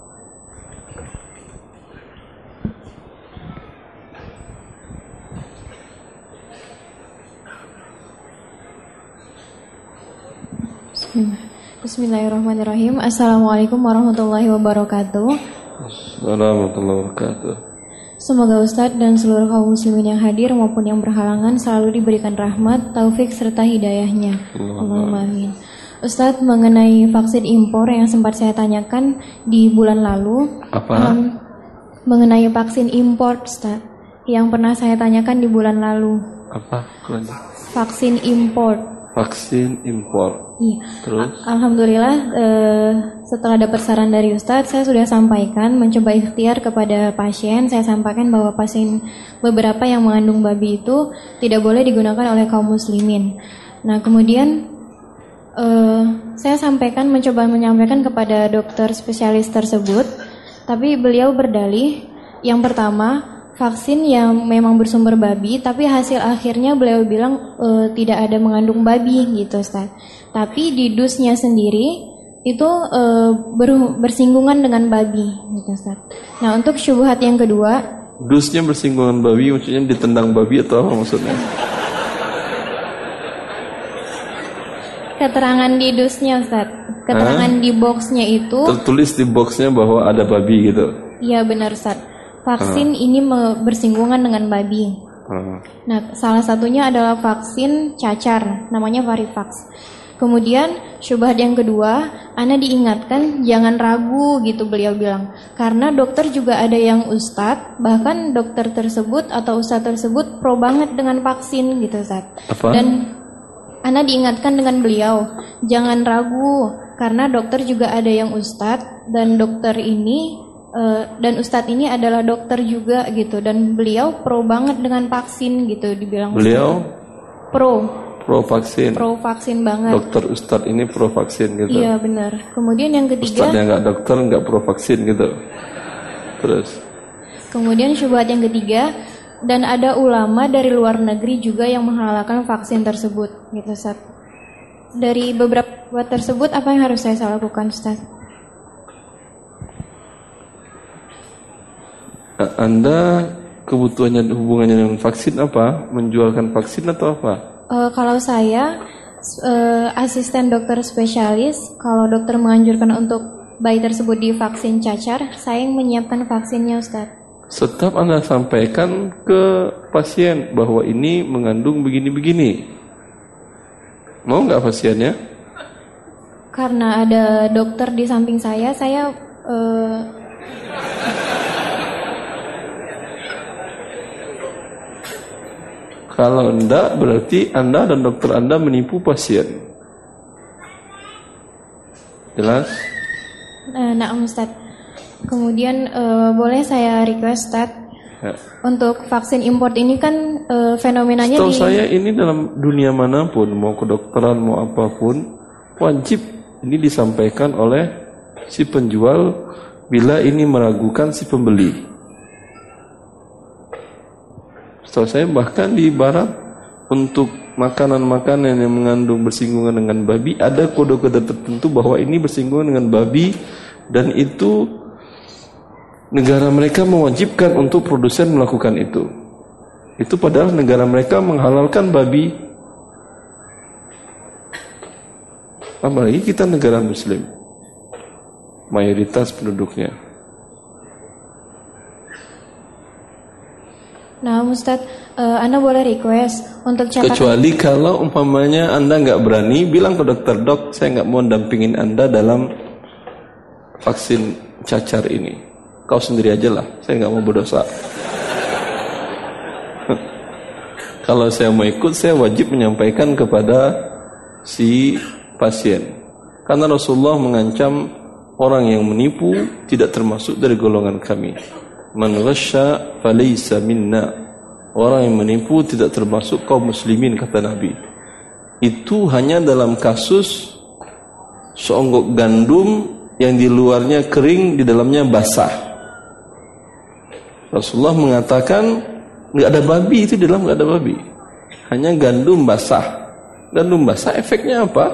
Bismillahirrahmanirrahim. Assalamualaikum warahmatullahi wabarakatuh. Assalamualaikum warahmatullahi wabarakatuh. Semoga Ustadz dan seluruh kaum muslimin yang hadir maupun yang berhalangan selalu diberikan rahmat, taufik serta hidayahnya. Allahumma amin. Ustadz, mengenai vaksin impor yang sempat saya tanyakan di bulan lalu. Apa? Um, mengenai vaksin impor, Ustadz, yang pernah saya tanyakan di bulan lalu. Apa? Vaksin impor. Vaksin impor. Iya. Terus? Alhamdulillah, eh, setelah dapat saran dari Ustadz, saya sudah sampaikan, mencoba ikhtiar kepada pasien. Saya sampaikan bahwa pasien beberapa yang mengandung babi itu tidak boleh digunakan oleh kaum muslimin. Nah, kemudian eh, saya sampaikan, mencoba menyampaikan kepada dokter spesialis tersebut, tapi beliau berdalih, yang pertama, vaksin yang memang bersumber babi, tapi hasil akhirnya beliau bilang e, tidak ada mengandung babi gitu, Ustaz. Tapi di dusnya sendiri itu e, ber, bersinggungan dengan babi gitu, Ustaz. Nah, untuk syubhat yang kedua, dusnya bersinggungan babi, maksudnya ditendang babi atau apa maksudnya? Keterangan di dusnya, Ustaz. Keterangan Hah? di boxnya itu tertulis di boxnya bahwa ada babi gitu. Iya benar, Ustaz. Vaksin uh. ini bersinggungan dengan babi. Uh. Nah, salah satunya adalah vaksin cacar, namanya Varivax. Kemudian syubhat yang kedua, Ana diingatkan jangan ragu gitu, beliau bilang. Karena dokter juga ada yang ustadz, bahkan dokter tersebut atau ustadz tersebut pro banget dengan vaksin gitu, Ustaz. Apa? Dan Ana diingatkan dengan beliau, jangan ragu karena dokter juga ada yang ustadz dan dokter ini Uh, dan Ustadz ini adalah dokter juga gitu, dan beliau pro banget dengan vaksin gitu, dibilang beliau Ustadz. pro pro vaksin pro vaksin banget. Dokter Ustadz ini pro vaksin gitu. Iya benar. Kemudian yang ketiga, Ustadz yang nggak dokter nggak pro vaksin gitu. Terus kemudian syubhat yang ketiga, dan ada ulama dari luar negeri juga yang menghalalkan vaksin tersebut gitu Ustaz. Dari beberapa syubhat tersebut apa yang harus saya lakukan Ustaz? Anda kebutuhannya hubungannya dengan vaksin apa? Menjualkan vaksin atau apa? Uh, kalau saya uh, asisten dokter spesialis, kalau dokter menganjurkan untuk bayi tersebut divaksin cacar, saya yang menyiapkan vaksinnya Ustaz. Setiap Anda sampaikan ke pasien bahwa ini mengandung begini-begini. Mau nggak pasiennya? Karena ada dokter di samping saya, saya uh, kalau enggak, berarti Anda dan dokter Anda menipu pasien. Jelas? Nah, Ustaz. Kemudian uh, boleh saya request Ustaz, ya. Untuk vaksin import ini kan uh, fenomenanya Setahu di... saya ini dalam dunia manapun, mau kedokteran, mau apapun, wajib ini disampaikan oleh si penjual bila ini meragukan si pembeli. Setahu saya bahkan di barat untuk makanan-makanan yang mengandung bersinggungan dengan babi ada kode-kode tertentu bahwa ini bersinggungan dengan babi, dan itu negara mereka mewajibkan untuk produsen melakukan itu. Itu padahal negara mereka menghalalkan babi. Apalagi kita negara muslim, mayoritas penduduknya. Nah, Ustadz, uh, Anda boleh request untuk cetakan. Kecuali kalau umpamanya Anda nggak berani, bilang ke dokter, dok, saya nggak mau dampingin Anda dalam vaksin cacar ini. Kau sendiri aja lah, saya nggak mau berdosa. Kalau saya mau ikut, saya wajib menyampaikan kepada si pasien. Karena Rasulullah mengancam orang yang menipu tidak termasuk dari golongan kami. Man ghasya falaysa minna. Orang yang menipu tidak termasuk kaum muslimin, kata Nabi. Itu hanya dalam kasus seonggok gandum yang di luarnya kering, di dalamnya basah. Rasulullah mengatakan nggak ada babi, itu di dalam nggak ada babi, hanya gandum basah. Gandum basah efeknya apa?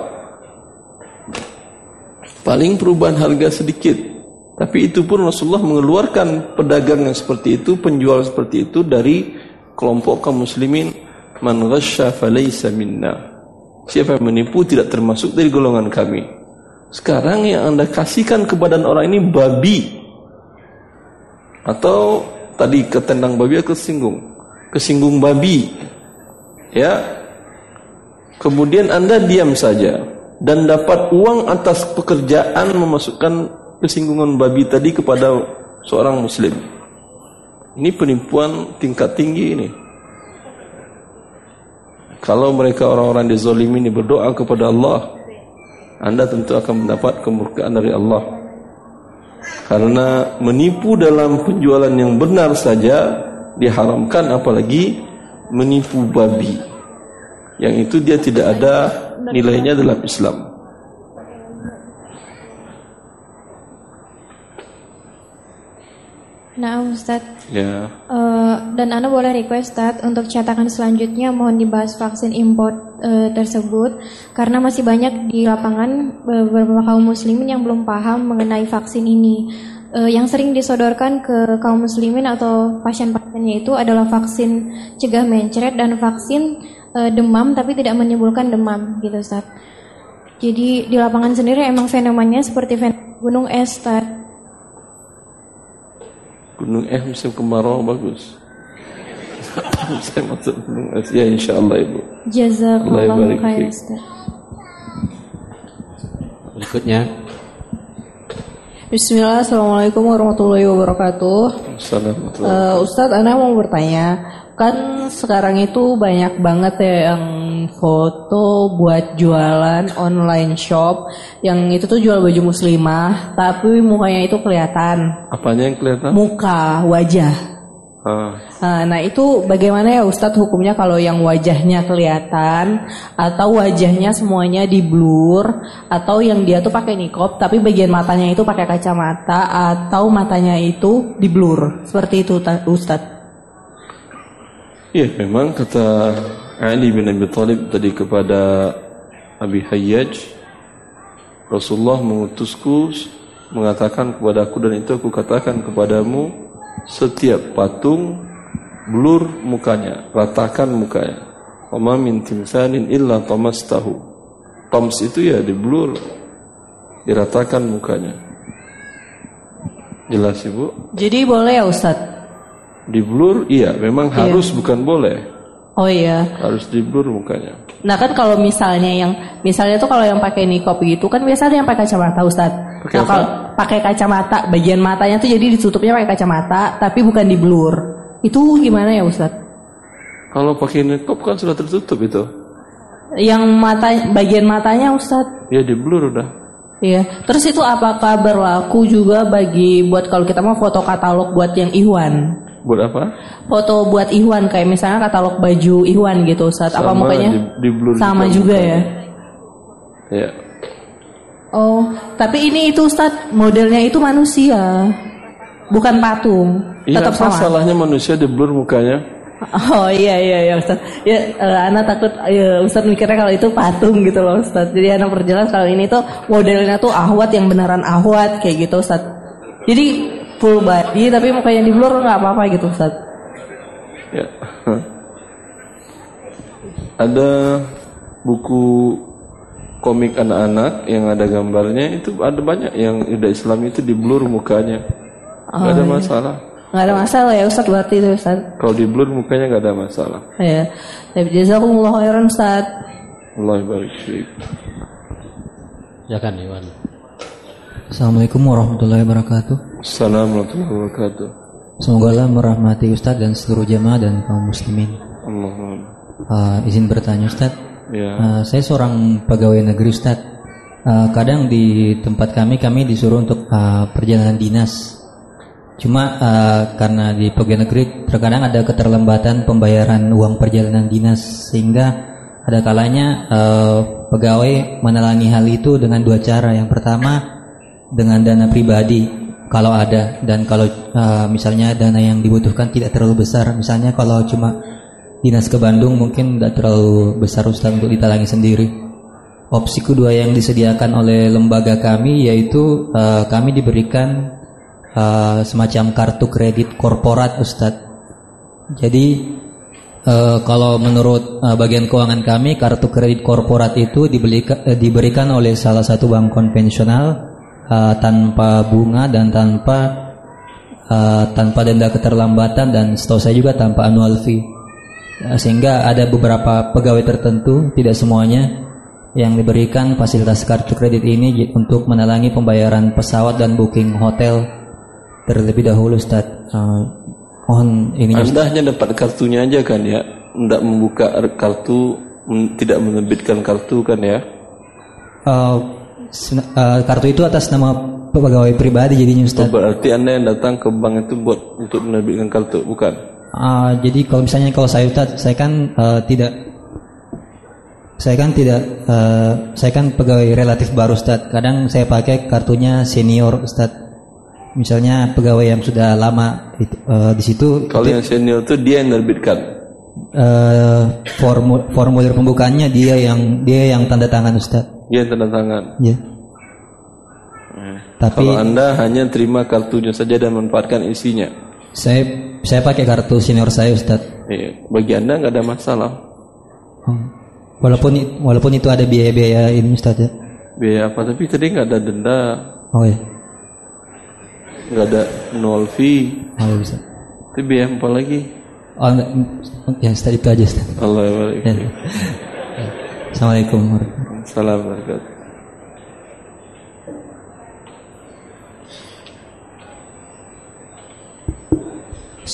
Paling perubahan harga sedikit. Tapi itu pun Rasulullah mengeluarkan pedagang yang seperti itu, penjual seperti itu dari kelompok kaum muslimin. Man ghasya falaysa minna. Siapa yang menipu tidak termasuk dari golongan kami. Sekarang yang Anda kasihkan kepada orang ini babi, atau tadi ketendang babi atau kesinggung, kesinggung babi, ya. Kemudian Anda diam saja dan dapat uang atas pekerjaan memasukkan kesinggungan babi tadi kepada seorang muslim. Ini penipuan tingkat tinggi ini. Kalau mereka orang-orang dizalimi ini berdoa kepada Allah, Anda tentu akan mendapat kemurkaan dari Allah. Karena menipu dalam penjualan yang benar saja diharamkan, apalagi menipu babi, yang itu dia tidak ada nilainya dalam Islam. Nah, Ustadz, Ya. Uh, dan Anda boleh request Ustadz untuk cetakan selanjutnya mohon dibahas vaksin import uh, tersebut, karena masih banyak di lapangan beberapa kaum muslimin yang belum paham mengenai vaksin ini. Uh, yang sering disodorkan ke kaum muslimin atau pasien-pasiennya itu adalah vaksin cegah mencret dan vaksin uh, demam tapi tidak menimbulkan demam gitu Ustadz. Jadi di lapangan sendiri emang fenomenanya seperti fenomena gunung es Ustadz. Gunung es musim kemarau bagus. Saya masuk gunung es, ya insyaallah Ibu. Jazakallahu khairan. Berikutnya. Bismillah, assalamualaikum warahmatullahi wabarakatuh. Assalamualaikum. Uh, Ustadz, Ana mau bertanya, kan sekarang itu banyak banget ya yang foto buat jualan online shop, yang itu tuh jual baju muslimah, tapi mukanya itu kelihatan. Apanya yang kelihatan? Muka, wajah. Ah. Nah itu bagaimana ya Ustadz hukumnya kalau yang wajahnya kelihatan atau wajahnya semuanya di blur, atau yang dia tuh pakai niqab tapi bagian matanya itu pakai kacamata, atau matanya itu di blur seperti itu Ustadz? Iya, memang kata Ali bin Abi Thalib tadi kepada Abi Hayyaj, Rasulullah mengutusku mengatakan kepadaku, dan itu aku katakan kepadamu, setiap patung blur mukanya, ratakan mukanya. Wa ma min timsanin illa tamastahu. Toms itu ya di blur, diratakan mukanya. Jelas Ibu? Jadi boleh ya Ustadz? Di blur iya, memang iya. Harus bukan boleh. Oh iya. Harus di blur mukanya. Nah kan kalau misalnya yang misalnya tuh kalau yang pakai niqab gitu kan biasanya yang pakai kacamata Ustadz. Pakai nah apa? kalau pakai kacamata, bagian matanya tuh jadi ditutupnya pakai kacamata tapi bukan di blur. Itu gimana ya Ustadz? Kalau pakai niqab kan sudah tertutup itu. Yang mata, bagian matanya Ustadz? Ya di blur udah. Iya. Terus itu apakah berlaku juga bagi buat kalau kita mau foto katalog buat yang Ikhwan? Buat apa? Foto buat Ikhwan kayak misalnya katalog baju Ikhwan gitu Ustadz. Apa Sama, mukanya? di, di blur sama juga mukanya. ya? Ya. Oh, tapi ini itu Ustadz modelnya itu manusia, bukan patung. Iya, Tetap apa sama. salahnya manusia di blur mukanya? Oh iya iya iya Ustadz. Ya uh, anak takut ya, Ustadz mikirnya kalau itu patung gitu loh Ustadz. Jadi anak perjelas kalau ini tuh modelnya tuh ahwat yang beneran ahwat kayak gitu Ustadz. Jadi full body tapi mukanya di blur nggak apa-apa gitu Ustadz. Ya. Ada buku komik anak-anak yang ada gambarnya, itu ada banyak yang udah Islam itu di blur mukanya. Gak Oh, ada iya. masalah. Nggak ada masalah ya Ustadz berarti itu Ustadz. Kalau di blur mukanya gak ada masalah. Ya. Tapi jazakumullah khairan Ustadz. Allah barik fiik. Silakan Iwan. Assalamualaikum warahmatullahi wabarakatuh. Assalamualaikum warahmatullahi wabarakatuh. Semoga Allah merahmati Ustadz dan seluruh jamaah dan kaum muslimin. Allahumma. Uh, izin bertanya Ustadz. Ya. Uh, saya seorang pegawai negeri Ustadz. Uh, kadang di tempat kami kami disuruh untuk uh, perjalanan dinas. Cuma uh, karena di pegawai negeri terkadang ada keterlambatan pembayaran uang perjalanan dinas, sehingga ada kalanya uh, pegawai menelangi hal itu dengan dua cara. Yang pertama dengan dana pribadi kalau ada, dan kalau uh, misalnya dana yang dibutuhkan tidak terlalu besar, misalnya kalau cuma dinas ke Bandung mungkin tidak terlalu besar Ustaz untuk ditalangi sendiri. Opsi kedua yang disediakan oleh lembaga kami yaitu uh, kami diberikan uh, semacam kartu kredit korporat Ustaz. Jadi uh, kalau menurut uh, bagian keuangan kami, kartu kredit korporat itu dibelikan, uh, diberikan oleh salah satu bank konvensional uh, tanpa bunga dan tanpa uh, tanpa denda keterlambatan, dan setahu saya juga tanpa annual fee. Uh, sehingga ada beberapa pegawai tertentu, tidak semuanya, yang diberikan fasilitas kartu kredit ini untuk menalangi pembayaran pesawat dan booking hotel terlebih dahulu Ustaz. Uh, mohon ini Anda hanya dapat kartunya aja kan ya, tidak membuka kartu, tidak menerbitkan kartu kan ya? Uh, uh, kartu itu atas nama pegawai pribadi jadinya Ustaz. Oh, berarti Anda yang datang ke bank itu buat untuk menerbitkan kartu, bukan? Uh, jadi kalau misalnya kalau saya Ustaz, saya kan uh, tidak Saya kan tidak, uh, saya kan pegawai relatif baru Ustaz. Kadang saya pakai kartunya senior Ustaz. Misalnya pegawai yang sudah lama itu, uh, di situ. Kalau yang senior itu dia yang menerbitkan. Uh, formul, formulir pembukaannya dia yang dia yang tanda tangan Ustaz. Dia yang tanda tangan. Ya. Eh, Tapi kalau Anda hanya terima kartunya saja dan manfaatkan isinya. Saya saya pakai kartu senior saya Ustaz. Eh, bagi Anda nggak ada masalah. Hmm. Walaupun walaupun itu ada biaya-biaya ini Ustaz ya. Biaya apa? Tapi tadi nggak ada denda. Oh ya. Nggak ada nol fee. Oh ya Ustaz. Tapi biaya apa lagi? Oh enggak, ya Ustaz itu aja Ustaz. Allah barik. Ya. Assalamualaikum warahmatullahi wabarakatuh. Assalamualaikum.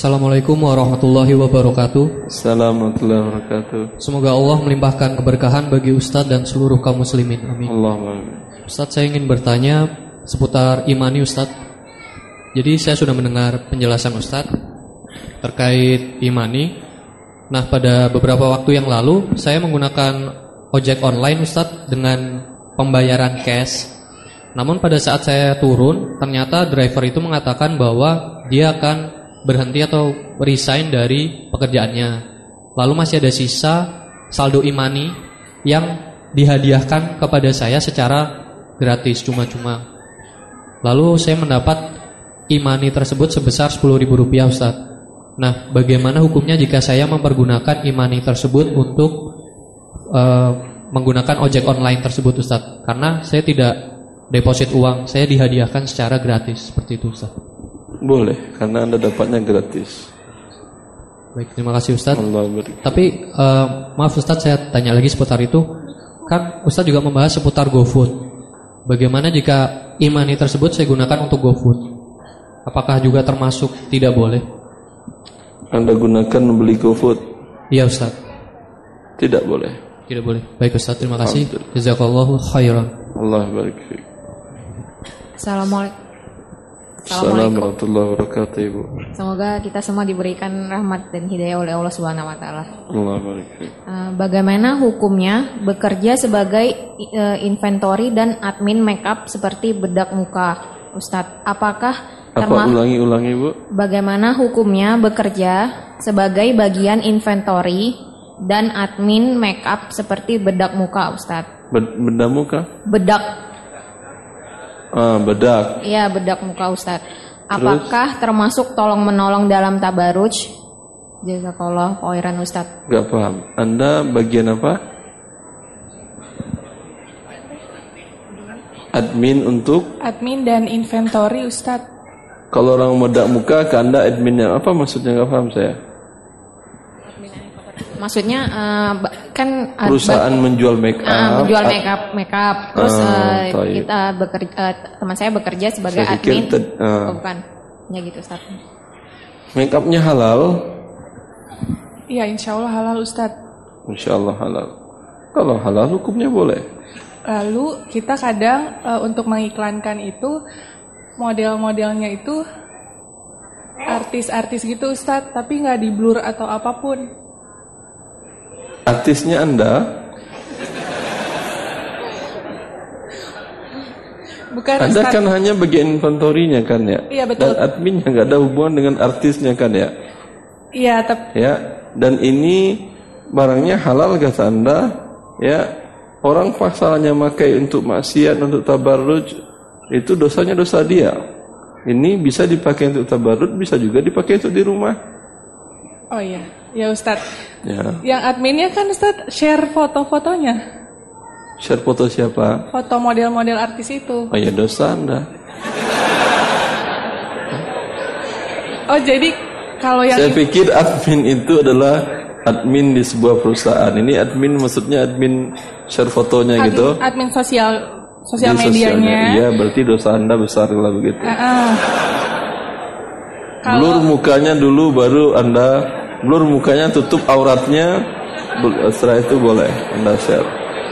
Assalamualaikum warahmatullahi wabarakatuh. Assalamualaikum warahmatullahi wabarakatuh. Semoga Allah melimpahkan keberkahan bagi Ustadz dan seluruh kaum muslimin. Amin. Allahumma. Ustadz, saya ingin bertanya seputar imani Ustadz. Jadi saya sudah mendengar penjelasan Ustadz terkait imani. Nah, pada beberapa waktu yang lalu saya menggunakan ojek online Ustadz dengan pembayaran cash. Namun pada saat saya turun, ternyata driver itu mengatakan bahwa dia akan berhenti atau resign dari pekerjaannya. Lalu masih ada sisa saldo imani yang dihadiahkan kepada saya secara gratis, cuma-cuma. Lalu saya mendapat imani tersebut sebesar sepuluh ribu rupiah Ustaz. Nah, bagaimana hukumnya jika saya mempergunakan imani tersebut untuk uh, menggunakan ojek online tersebut Ustaz? Karena saya tidak deposit uang, saya dihadiahkan secara gratis, seperti itu Ustaz. Boleh, karena Anda dapatnya gratis. Baik, terima kasih Ustaz. Allah beri. Tapi uh, maaf Ustaz, saya tanya lagi seputar itu. Kan Ustaz juga membahas seputar GoFood. Bagaimana jika imani tersebut saya gunakan untuk GoFood? Apakah juga termasuk tidak boleh? Anda gunakan membeli GoFood? Iya Ustaz. Tidak boleh. Tidak boleh. Baik Ustaz, terima kasih. Jazakallahu khairan. Allah barik fiik. Assalamualaikum. Assalamualaikum warahmatullahi wabarakatuh, Ibu. Semoga kita semua diberikan rahmat dan hidayah oleh Allah Subhanahu wa taala. Allah barik fiik. Uh, bagaimana hukumnya bekerja sebagai uh, inventory dan admin makeup seperti bedak muka, Ustadz? Apakah Apa ulangi-ulangi, Bu? Bagaimana hukumnya bekerja sebagai bagian inventory dan admin makeup seperti bedak muka, Ustadz? Bedak muka? Bedak. Ah, bedak. Iya, bedak muka Ustaz. Apakah Terus? termasuk tolong menolong dalam tabaruj? Jazakallah khairan Ustaz. Gak paham. Anda bagian apa? Admin untuk? Admin dan inventory Ustaz. Kalau orang bedak muka ke Anda adminnya apa maksudnya? Gak paham saya. Maksudnya uh, kan perusahaan uh, menjual make up, uh, menjual make up, make up. Terus uh, uh, kita bekerja, uh, teman saya bekerja sebagai saya admin. Te- uh, oh, bukan, ya gitu Ustaz. Make upnya halal? Iya, insya Allah halal Ustaz. Insya Allah halal. Kalau halal hukumnya boleh. Lalu kita kadang uh, untuk mengiklankan itu model-modelnya itu artis-artis gitu Ustaz, tapi nggak di blur atau apapun. Artisnya Anda? Bukan Anda Ustaz. kan hanya bagian inventorinya kan ya? Iya betul. Dan adminnya nggak ada hubungan dengan artisnya kan ya? Iya tapi. Ya, dan ini barangnya halal kata Anda, ya. Orang pasalnya makai untuk maksiat, untuk tabarruj, itu dosanya dosa dia. Ini bisa dipakai untuk tabarruj, bisa juga dipakai untuk di rumah. Oh iya, ya Ustadz. Ya. Yang adminnya kan Ustadz share foto-fotonya. Share foto siapa? Foto model-model artis itu. Oh ya, dosa Anda. Oh jadi kalau yang saya pikir admin itu adalah admin di sebuah perusahaan. Ini admin maksudnya admin share fotonya admin, gitu. Admin sosial sosial di medianya. Iya, berarti dosa Anda besar kalau begitu. Uh-uh. Blur mukanya dulu baru Anda blur mukanya, tutup auratnya, setelah itu boleh Anda share.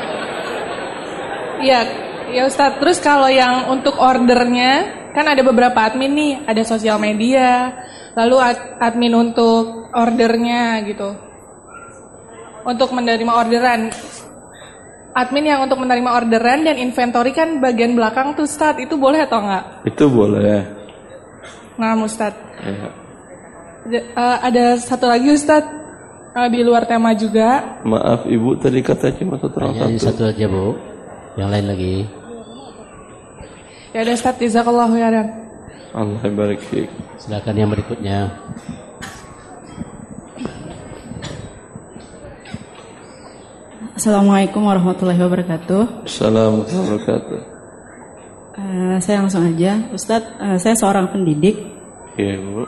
Iya, ya Ustadz. Terus kalau yang untuk ordernya, kan ada beberapa admin nih, ada sosial media, lalu ad- admin untuk ordernya gitu. Untuk menerima orderan. Admin yang untuk menerima orderan dan inventory kan bagian belakang tuh Ustadz, itu boleh atau enggak? Itu boleh. Nah Ustadz. Ya. Uh, ada satu lagi Ustadz, uh, di luar tema juga. Maaf Ibu, tadi katanya cuma satu orang satu. satu aja Bu, yang lain lagi. Ya ada Ustadz, jazakallahu khairan. Allah barik fiik. Silakan yang berikutnya. Assalamualaikum warahmatullahi wabarakatuh. Assalamualaikum warahmatullahi wabarakatuh. Uh, saya langsung aja, Ustadz. Uh, saya seorang pendidik. Iya Bu.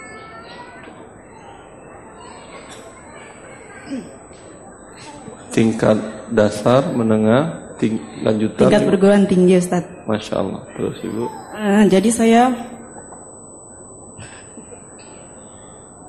Tingkat dasar, menengah, ting- lanjutan. Tingkat perguruan tinggi, Ustaz. Masya Allah. Terus Ibu. Uh, jadi saya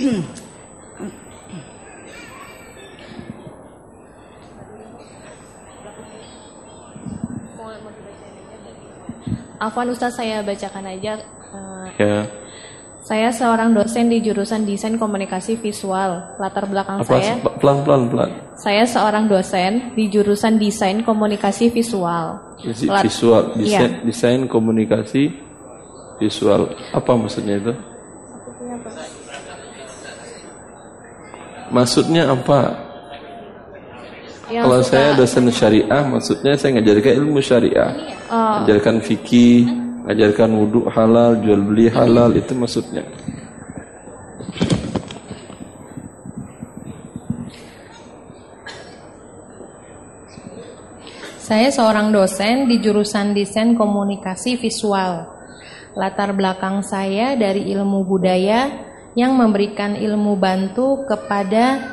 Afwan Ustaz, saya bacakan aja. Uh, Ya. Saya seorang dosen di jurusan Desain Komunikasi Visual. Latar belakang Apa? saya. Pelan-pelan pelan. Saya seorang dosen di jurusan Desain Komunikasi Visual. Lat- Visual, desain, Iya. desain komunikasi visual. Apa maksudnya itu? Maksudnya apa? Yang Kalau suka- saya dosen syariah, maksudnya saya ngajarkan ilmu syariah, Oh. ngajarkan fikih, ngajarkan wudhu halal, jual beli halal, itu maksudnya. Saya seorang dosen di jurusan Desain Komunikasi Visual. Latar belakang saya dari ilmu budaya yang memberikan ilmu bantu kepada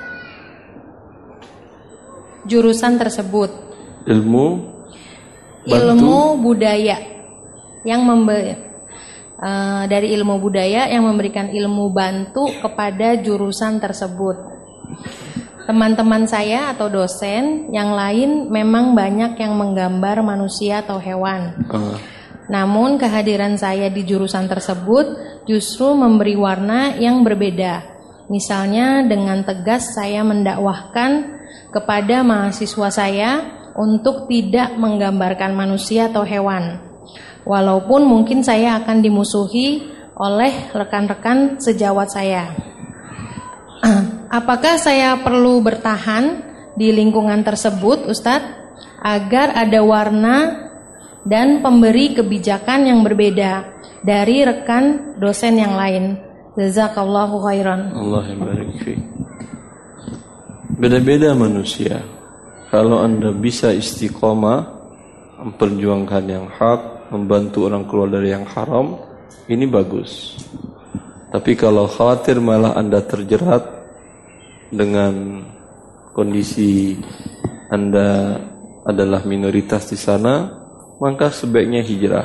jurusan tersebut. Ilmu bantu. Ilmu budaya yang membe uh, dari ilmu budaya yang memberikan ilmu bantu kepada jurusan tersebut. Teman-teman saya atau dosen yang lain memang banyak yang menggambar manusia atau hewan. Uh. Namun kehadiran saya di jurusan tersebut justru memberi warna yang berbeda. Misalnya dengan tegas saya mendakwahkan kepada mahasiswa saya untuk tidak menggambarkan manusia atau hewan. Walaupun mungkin saya akan dimusuhi oleh rekan-rekan sejawat saya. Apakah saya perlu bertahan di lingkungan tersebut, Ustadz, agar ada warna dan pemberi kebijakan yang berbeda dari rekan dosen yang lain? Jazakallahu khairan. Allah yang barik fiik. Beda-beda manusia. Kalau Anda bisa istiqomah, memperjuangkan yang hak, membantu orang keluar dari yang haram, ini bagus. Tapi kalau khawatir malah Anda terjerat dengan kondisi Anda adalah minoritas di sana, maka sebaiknya hijrah.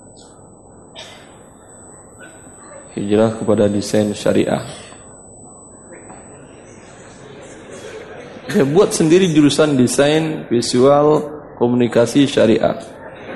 Hijrah kepada desain syariah. Ya, buat sendiri jurusan desain visual komunikasi syariah.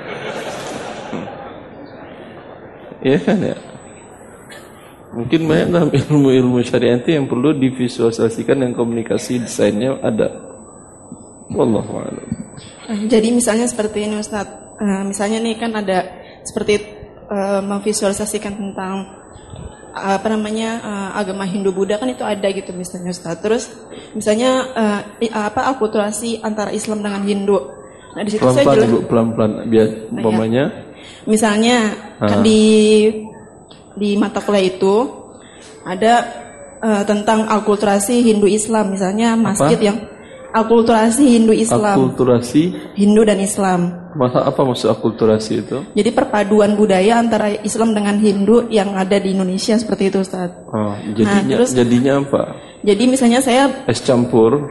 Iya kan ya? Mungkin banyak dalam ilmu-ilmu syariah itu yang perlu divisualisasikan, yang komunikasi desainnya ada. Wallahu a'lam. Jadi misalnya seperti ini Ustadz, uh, misalnya nih kan ada seperti uh, memvisualisasikan tentang uh, apa namanya uh, agama Hindu Buddha kan itu ada gitu misalnya Ustadz. Terus misalnya uh, apa akulturasi antara Islam dengan Hindu. Nah di situ saya Pelan-pelan jelas. dulu, pelan-pelan biar umpamanya. Misalnya kan Ah. di di mata kuliah itu ada uh, tentang akulturasi Hindu Islam, misalnya masjid Apa? yang akulturasi Hindu Islam, Akulturasi. Hindu dan Islam. Masa apa maksud akulturasi itu? Jadi perpaduan budaya antara Islam dengan Hindu yang ada di Indonesia seperti itu Ustaz. Oh, jadinya Nah, terus- jadinya apa? Jadi misalnya saya, Es campur.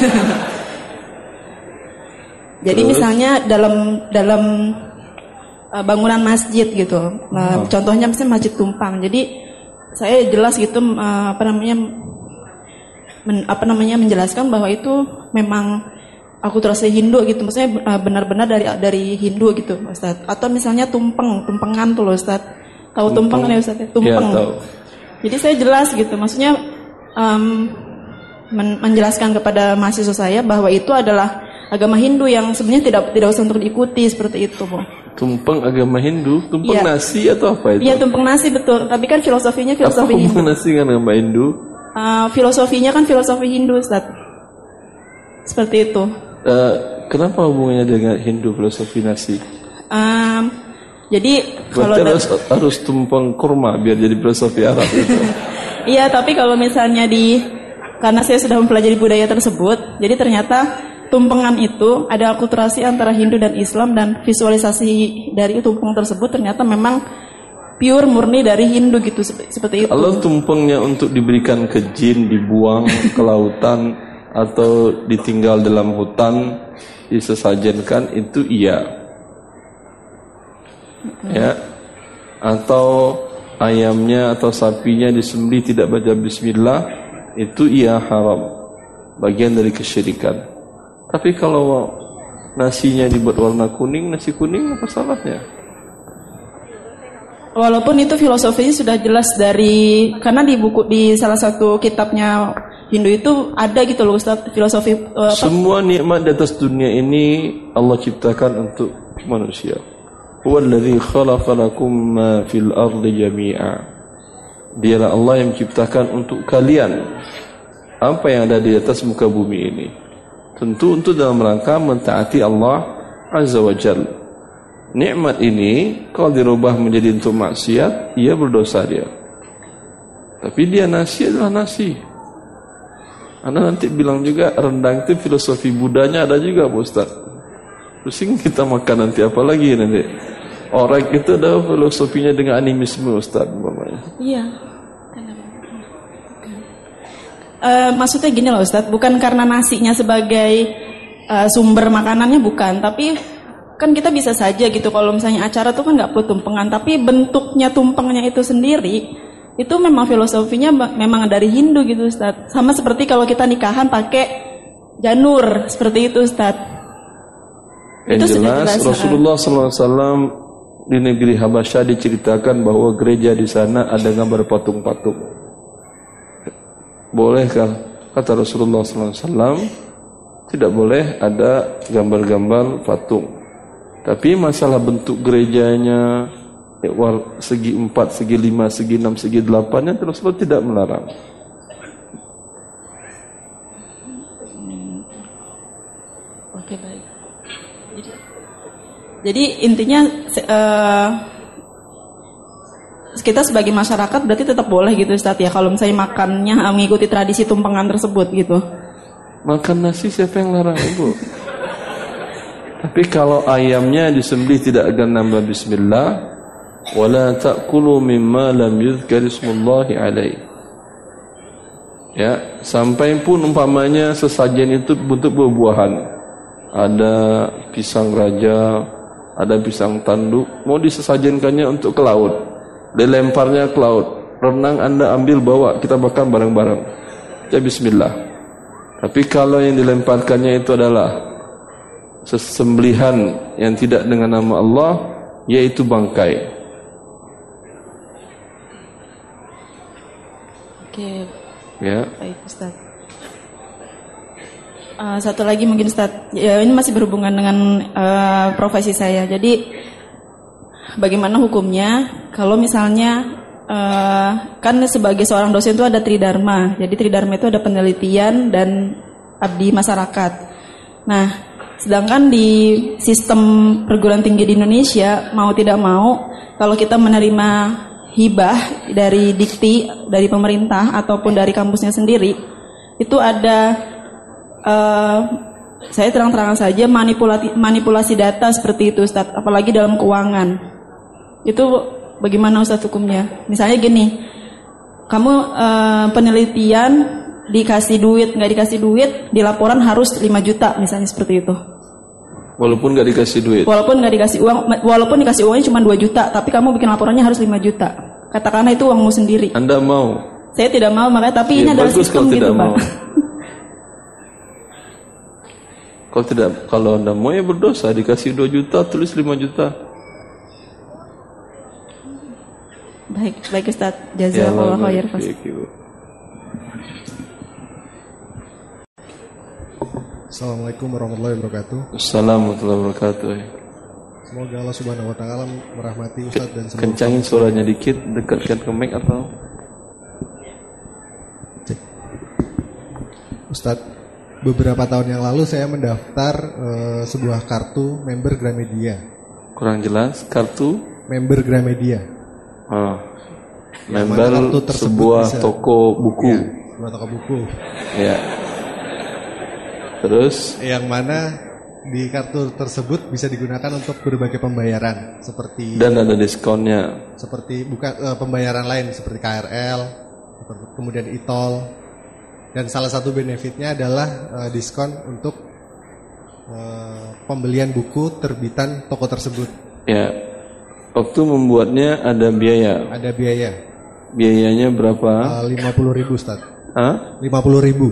jadi Terus? misalnya dalam dalam uh, bangunan masjid gitu. Nah, Oh. contohnya misalnya Masjid Tumpang. Jadi saya jelas gitu uh, apa namanya men- apa namanya menjelaskan bahwa itu memang akulturasi Hindu gitu. Maksudnya uh, benar-benar dari dari Hindu gitu, Ustaz. Atau misalnya tumpeng, tumpengan tuh loh, Ustaz. Tahu tumpeng kan ya, Ustaz? Tumpeng. Iya, tahu. Jadi saya jelas gitu. Maksudnya um, men- menjelaskan kepada mahasiswa saya bahwa itu adalah agama Hindu yang sebenarnya tidak tidak usah untuk diikuti seperti itu, Bu. Tumpeng agama Hindu, tumpeng Iya. nasi atau apa itu? Iya, tumpeng nasi betul. Tapi kan filosofinya Apa filosofi Hindu. tumpeng nasi dengan agama Hindu? Uh, filosofinya kan filosofi Hindu, Ustaz. Seperti itu. Eh, kenapa hubungannya dengan Hindu filosofi nasi? Um, jadi kalau Berarti da- harus, harus tumpeng kurma biar jadi filosofi Arab itu. iya, tapi kalau misalnya di karena saya sudah mempelajari budaya tersebut, jadi ternyata tumpengan itu ada akulturasi antara Hindu dan Islam, dan visualisasi dari tumpeng tersebut ternyata memang pure murni dari Hindu gitu, sep- seperti itu. Kalau tumpengnya untuk diberikan ke jin, dibuang ke lautan atau ditinggal dalam hutan, disesajenkan, itu iya. Ya. Atau ayamnya atau sapinya disembelih tidak baca bismillah, itu ia haram, bagian dari kesyirikan. Tapi kalau nasinya dibuat warna kuning, nasi kuning apa salahnya? Walaupun itu filosofinya sudah jelas dari, karena di buku di salah satu kitabnya Hindu itu ada gitu loh Ustaz, filosofi uh, apa? Semua nikmat di atas dunia ini Allah ciptakan untuk manusia. Huwallazi khalaqa lakum ma fil ardi jami'a. Dialah Allah yang menciptakan untuk kalian apa yang ada di atas muka bumi ini. Tentu untuk dalam rangka mentaati Allah Azza wa Jalla. Nikmat ini kalau dirubah menjadi untuk maksiat, ia berdosa dia. Tapi dia nasi adalah nasi. Anda nanti bilang juga rendang itu filosofi Budanya ada juga Pak Ustaz. Pusing kita makan nanti apa lagi nanti. Orang itu ada filosofinya dengan animisme Ustaz umpamanya. Iya. Uh, maksudnya gini loh Ustaz, bukan karena nasinya sebagai uh, sumber makanannya bukan, tapi kan kita bisa saja gitu kalau misalnya acara tuh kan nggak perlu tumpengan, tapi bentuknya tumpengnya itu sendiri itu memang filosofinya memang dari Hindu gitu Ustaz. Sama seperti kalau kita nikahan pakai janur seperti itu Ustaz. Yang itu jelas, jelas Rasulullah sallallahu alaihi wasallam di negeri Habasyah diceritakan bahwa gereja di sana ada gambar patung-patung. Bolehkah kata Rasulullah sallallahu alaihi wasallam tidak boleh ada gambar-gambar patung. Tapi masalah bentuk gerejanya segi empat, segi lima, segi enam, segi delapannya Rasulullah tidak melarang. Oke baik. Jadi, jadi intinya uh, kita sebagai masyarakat berarti tetap boleh gitu Ustaz ya kalau misalnya makannya mengikuti tradisi tumpengan tersebut gitu. Makan nasi siapa yang larang Ibu? Tapi kalau ayamnya disembelih tidak akan nambah bismillah, wala ta'kulu mimma lam yuzkar ismullahi alaihi. Ya, sampai pun umpamanya sesajen itu bentuk buah-buahan. Ada pisang raja, ada pisang tanduk, mau disesajenkannya untuk ke laut. Dilemparnya ke laut. Renang Anda ambil bawa, kita makan bareng-bareng. Ya bismillah. Tapi kalau yang dilemparkannya itu adalah sesembelihan yang tidak dengan nama Allah, yaitu bangkai. Oke. Ya. Baik Ustaz. Uh, satu lagi mungkin Ustaz, ya, ini masih berhubungan dengan uh, profesi saya. Jadi bagaimana hukumnya kalau misalnya uh, kan sebagai seorang dosen itu ada tridharma. Jadi tridharma itu ada penelitian dan abdi masyarakat. Nah, sedangkan di sistem perguruan tinggi di Indonesia mau tidak mau kalau kita menerima hibah dari dikti dari pemerintah ataupun dari kampusnya sendiri itu ada uh, saya terang-terangan saja manipulasi manipulasi data seperti itu Ustaz, apalagi dalam keuangan. Itu bagaimana Ustaz hukumnya? Misalnya gini, kamu uh, penelitian dikasih duit, nggak dikasih duit, di laporan harus lima juta misalnya seperti itu. Walaupun nggak dikasih duit. Walaupun nggak dikasih uang, walaupun dikasih uangnya cuma dua juta, tapi kamu bikin laporannya harus lima juta. Katakanlah itu uangmu sendiri. Anda mau? Saya tidak mau, makanya tapi ya, ini adalah sistem gitu, Pak. Kalau tidak, kalau Anda mau ya berdosa, dikasih dua juta, tulis lima juta. Baik, baik Ustaz. Jazakallahu khair. Assalamualaikum warahmatullahi wabarakatuh. Assalamualaikum warahmatullahi wabarakatuh. Semoga Allah Subhanahu wa taala merahmati Ustaz dan semoga kencangin suaranya dikit, dekatkan ke mic atau Ustaz, beberapa tahun yang lalu saya mendaftar uh, sebuah kartu member Gramedia. Kurang jelas, kartu member Gramedia. Oh. Member sebuah bisa, toko buku. Ya, sebuah toko buku. Ya. Terus yang mana di kartu tersebut bisa digunakan untuk berbagai pembayaran seperti dan ada diskonnya. Seperti bukan uh, pembayaran lain seperti K R L, kemudian e-tol. Dan salah satu benefitnya adalah uh, diskon untuk uh, pembelian buku terbitan toko tersebut. Ya. Waktu membuatnya ada biaya. Ada biaya. Biayanya berapa? lima puluh ribu Ustaz. Hah? lima puluh ribu.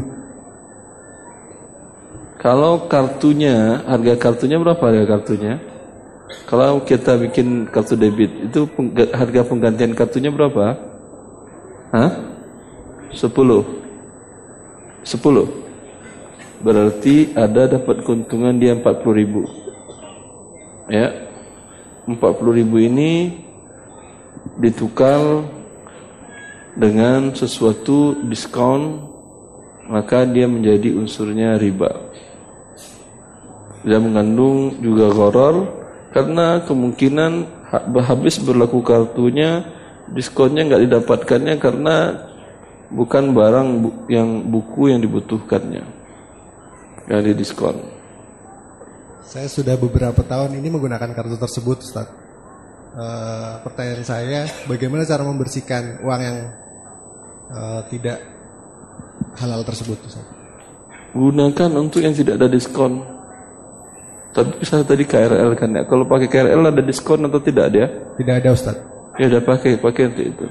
Kalau kartunya, harga kartunya berapa harga kartunya? Kalau kita bikin kartu debit, itu pengg- harga penggantian kartunya berapa? Hah? sepuluh. sepuluh. Berarti ada dapat keuntungan dia empat puluh ribu. Ya. empat puluh ribu ini ditukar dengan sesuatu diskon, maka dia menjadi unsurnya riba. Dia mengandung juga gharar karena kemungkinan habis berlaku kartunya, diskonnya nggak didapatkannya karena bukan barang bu- yang buku yang dibutuhkannya, yang didiskon. Saya sudah beberapa tahun ini menggunakan kartu tersebut, Ustaz. Uh, pertanyaan saya, bagaimana cara membersihkan uang yang uh, tidak halal tersebut, Ustaz? Gunakan untuk yang tidak ada diskon. Tapi saya tadi K R L kan ya. Kalau pakai K R L ada diskon atau tidak dia? Tidak ada, Ustaz. Ya udah pakai, pakai untuk itu.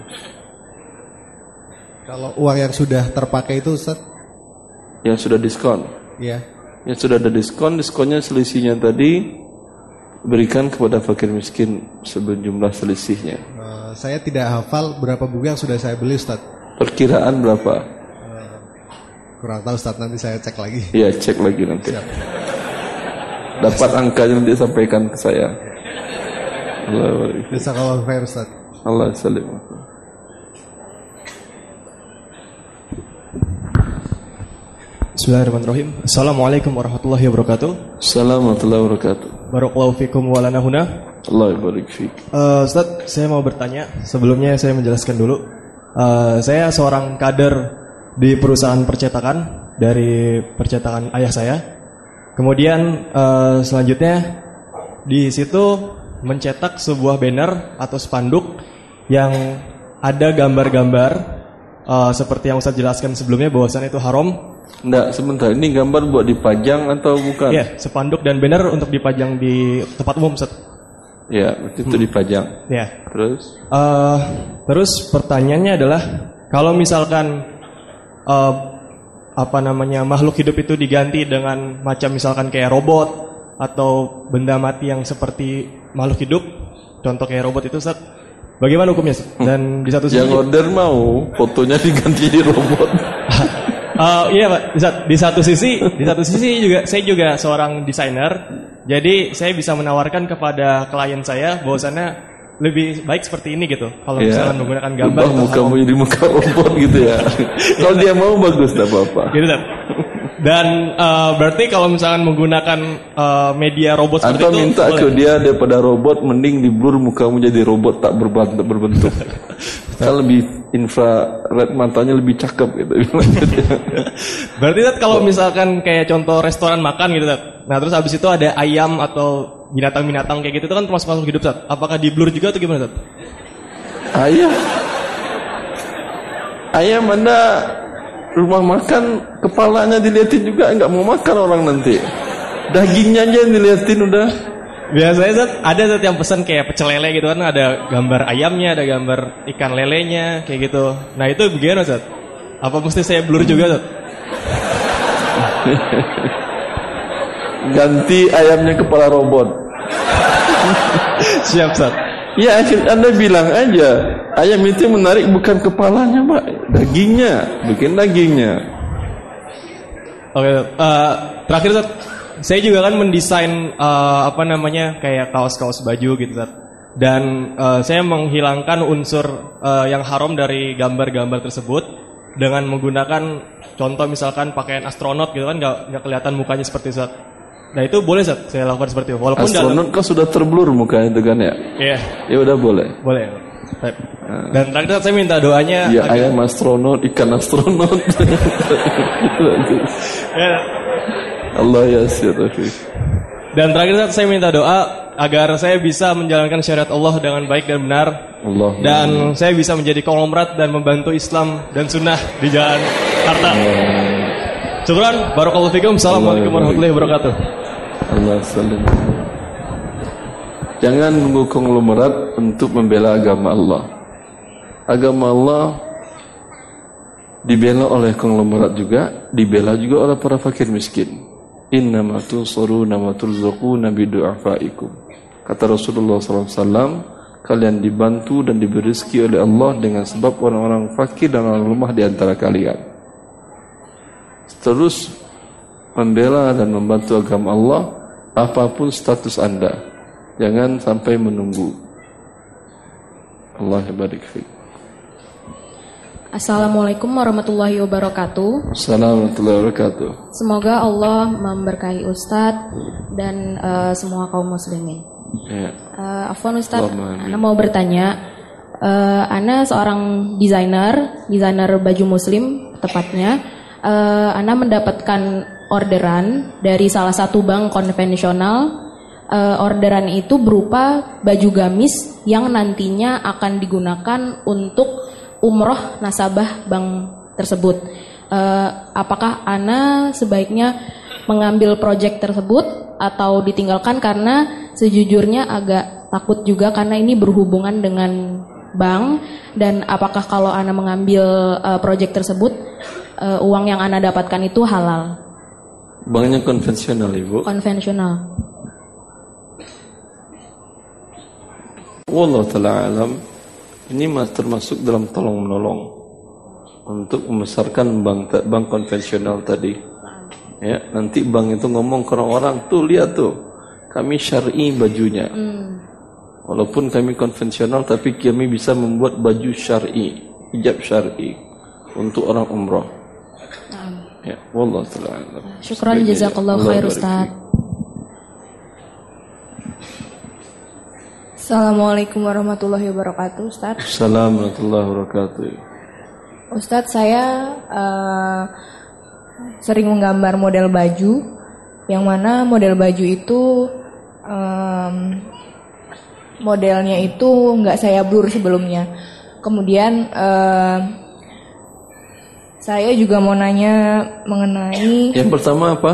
Kalau uang yang sudah terpakai itu, Ustaz? Yang sudah diskon. Iya. Yang sudah ada diskon, diskonnya selisihnya tadi berikan kepada fakir miskin sejumlah selisihnya. Uh, saya tidak hafal berapa buku yang sudah saya beli, Ustaz. Perkiraan berapa? Uh, kurang tahu, Ustaz, nanti saya cek lagi. Iya, cek lagi nanti. Siap. Dapat angkanya nanti sampaikan ke saya. Allah Jazakallahu khair, Ustaz. Allah salim. Bismillahirrahmanirrahim. Assalamualaikum warahmatullahi wabarakatuh. Assalamualaikum warahmatullahi wabarakatuh. Barakallahu fikum wa lana huna. Allah barik fik. Uh, Ustaz, saya mau bertanya. Sebelumnya saya menjelaskan dulu. Uh, saya seorang kader di perusahaan percetakan dari percetakan ayah saya. Kemudian uh, selanjutnya di situ mencetak sebuah banner atau spanduk yang ada gambar-gambar uh, seperti yang Ustaz jelaskan sebelumnya bahwasannya itu haram. Enggak, sebentar. Ini gambar buat dipajang atau bukan? Iya, spanduk dan banner untuk dipajang di tempat umum, Ustaz. Ya, itu hmm. dipajang. Ya. Terus? Uh, terus pertanyaannya adalah kalau misalkan uh, apa namanya makhluk hidup itu diganti dengan macam misalkan kayak robot atau benda mati yang seperti makhluk hidup, contoh kayak robot itu, Ustaz, bagaimana hukumnya? Dan di satu sisi yang order mau fotonya diganti di robot. uh, iya Pak, di, di satu sisi di satu sisi juga saya juga seorang desainer, jadi saya bisa menawarkan kepada klien saya bahwasannya lebih baik seperti ini gitu. Kalau ya, misalnya menggunakan gambar atau mukamu jadi muka robot gitu ya. Kalau dia mau bagus, tidak apa-apa. Gitu kan. Dan uh, berarti kalau misalkan menggunakan uh, media robot seperti atau itu, minta boleh. Ke dia daripada robot mending di blur mukamu jadi robot tak berbentuk. berbentuk. Kan lebih infrared, matanya lebih cakep gitu. Berarti Tat, kalau misalkan kayak contoh restoran makan gitu Tat. Nah terus habis itu ada ayam atau binatang-binatang kayak gitu itu kan termasuk makhluk hidup, Tat. Apakah di blur juga atau gimana, Tat? Ayam. Ayam Anda rumah makan kepalanya dilihatin juga nggak mau makan orang nanti. Dagingnya aja dilihatin udah. Biasanya Tat, ada Tat yang pesan kayak pecel lele gitu kan, ada gambar ayamnya, ada gambar ikan lelenya kayak gitu. Nah itu bagaimana, Tat? Apa mesti saya blur juga, Tat? Ganti ayamnya kepala robot. Siap, Tat. Ya, Anda bilang aja, ayam itu menarik bukan kepalanya, Pak, dagingnya, bikin dagingnya. Oke, uh, terakhir Tat, saya juga kan mendesain uh, apa namanya kayak kaos-kaos baju gitu, Tat. Dan uh, saya menghilangkan unsur uh, yang haram dari gambar-gambar tersebut dengan menggunakan contoh misalkan pakaian astronot gitu kan, nggak nggak kelihatan mukanya seperti Tat. Nah itu boleh Zat, saya lakukan seperti itu. Walaupun astronot dalam... kok sudah terblur mukanya itu kan ya? Iya. Ya udah boleh. Boleh. Dan terakhir saya minta doanya. Ya agar... ayam astronot, ikan astronot. Ya. Allah yasir Rafiq. Dan terakhir saya minta doa agar saya bisa menjalankan syariat Allah dengan baik dan benar. Allah. Dan Allah. Saya bisa menjadi konglomerat dan membantu Islam dan sunnah di jalan harta. Syukran, barakallahu fikum. Assalamualaikum warahmatullahi wabarakatuh. Allah salam. Jangan nunggu konglomerat untuk membela agama Allah. Agama Allah dibela oleh konglomerat juga, dibela juga oleh para fakir miskin. Innama tunsaruna wa turzaquna bidu'afaikum. Kata Rasulullah sallallahu alaihi wasallam, kalian dibantu dan diberi rezeki oleh Allah dengan sebab orang-orang fakir dan orang lemah di antara kalian. Terus membela dan membantu agama Allah apapun status Anda. Jangan sampai menunggu. Allah barik fiik. Assalamualaikum warahmatullahi wabarakatuh. Assalamualaikum warahmatullahi wabarakatuh. Semoga Allah memberkahi Ustadz dan uh, semua kaum muslimin. Ya. Uh, Afwan Ustadz, Ana mau bertanya. Uh, Ana seorang desainer, desainer baju muslim tepatnya. Uh, Ana mendapatkan orderan dari salah satu bank konvensional. Uh, orderan itu berupa baju gamis yang nantinya akan digunakan untuk umroh nasabah bank tersebut. Uh, apakah Ana sebaiknya mengambil proyek tersebut atau ditinggalkan, karena sejujurnya agak takut juga karena ini berhubungan dengan bank, dan apakah kalau Ana mengambil uh, proyek tersebut uh, uang yang Ana dapatkan itu halal? Banknya konvensional, Ibu. Konvensional. Wallahu ta'ala alam. Ini termasuk dalam tolong menolong untuk membesarkan bank bank konvensional tadi. Ya, nanti bank itu ngomong ke orang-orang, tuh lihat tuh, kami syar'i bajunya. Hmm. Walaupun kami konvensional, tapi kami bisa membuat baju syar'i, hijab syar'i untuk orang umrah. Hmm. Ya, wallahu ta'ala alam. Syukran, jazakallahu khair Ustaz. Assalamualaikum warahmatullahi wabarakatuh, Ustaz. Assalamualaikum warahmatullahi wabarakatuh. Ustaz, saya uh, sering menggambar model baju, yang mana model baju itu um, modelnya itu nggak saya blur sebelumnya. Kemudian uh, saya juga mau nanya mengenai. Yang pertama apa?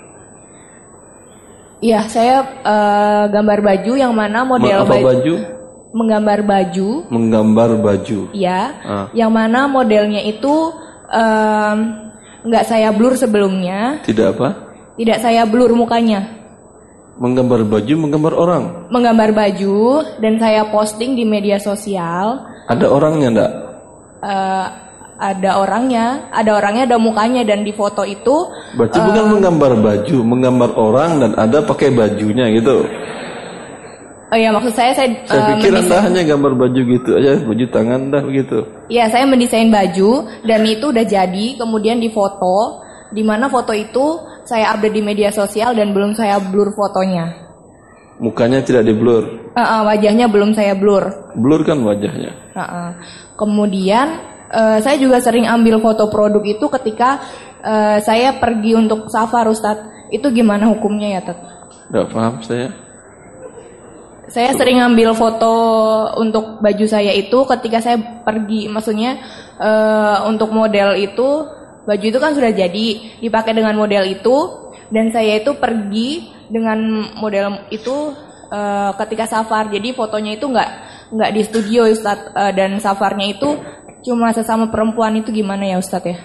Iya, saya uh, gambar baju yang mana model apa baju? Menggambar baju. Menggambar baju. Iya, ah. Yang mana modelnya itu um, nggak saya blur sebelumnya. Tidak apa? Tidak saya blur mukanya. Menggambar baju, menggambar orang. Menggambar baju dan saya posting di media sosial. Ada orangnya enggak? Uh, ada orangnya, ada orangnya, ada mukanya, dan di foto itu. Berarti uh, bukan menggambar baju, menggambar orang dan ada pakai bajunya gitu. Oh iya, maksud saya saya. Saya uh, pikir mendesain, Anda hanya gambar baju gitu aja, baju tangan dah begitu. Iya, saya mendesain baju dan itu udah jadi, kemudian difoto, di mana foto itu saya update di media sosial dan belum saya blur fotonya. Mukanya tidak di blur. Uh, uh, wajahnya belum saya blur. Blur kan wajahnya. Uh, uh. Kemudian. Uh, saya juga sering ambil foto produk itu ketika uh, saya pergi untuk safar, Ustadz. Itu gimana hukumnya ya, Tet? Nggak paham saya. Saya sering ambil foto untuk baju saya itu ketika saya pergi. Maksudnya uh, untuk model itu, baju itu kan sudah jadi, dipakai dengan model itu. Dan saya itu pergi dengan model itu uh, ketika safar. Jadi fotonya itu nggak nggak di studio, Ustadz. Uh, dan safarnya itu cuma sesama perempuan, itu gimana ya Ustadz ya?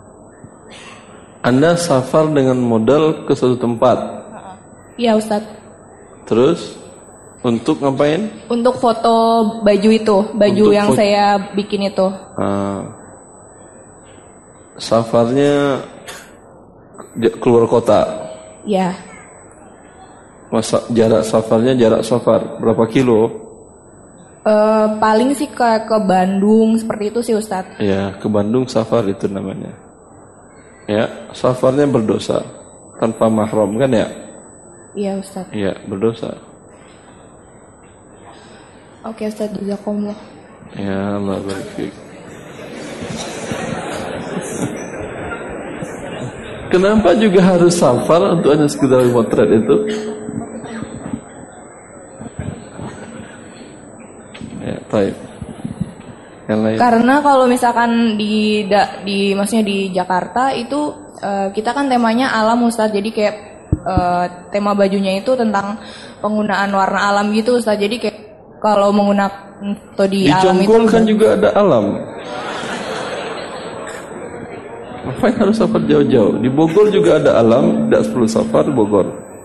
Anda safar dengan modal ke suatu tempat? Iya Ustadz. Terus untuk ngapain? Untuk foto baju itu, baju untuk yang saya bikin itu. Uh, safarnya keluar kota? Iya. Masa jarak safarnya jarak safar berapa kilo? Uh, paling sih ke ke Bandung seperti itu sih Ustadz. Ya, ke Bandung safar itu namanya. Ya, safarnya berdosa tanpa mahram kan ya? Iya Ustadz. Iya, berdosa. Oke Ustadz, jazakumullah. Ya Allah barik. Kenapa juga harus safar untuk hanya sekedar motret itu? Ya, baik. Yang lain. Karena kalau misalkan di da, di maksudnya di Jakarta itu uh, kita kan temanya alam Ustadz, jadi kayak uh, tema bajunya itu tentang penggunaan warna alam gitu Ustaz. Jadi kayak kalau menggunakan atau di, di alam itu kan juga ada alam. Apa yang harus safar jauh-jauh? Di Bogor juga ada alam, tidak perlu safar di Bogor.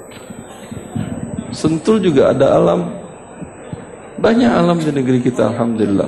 Sentul juga ada alam. Banyak alam di negeri kita, alhamdulillah.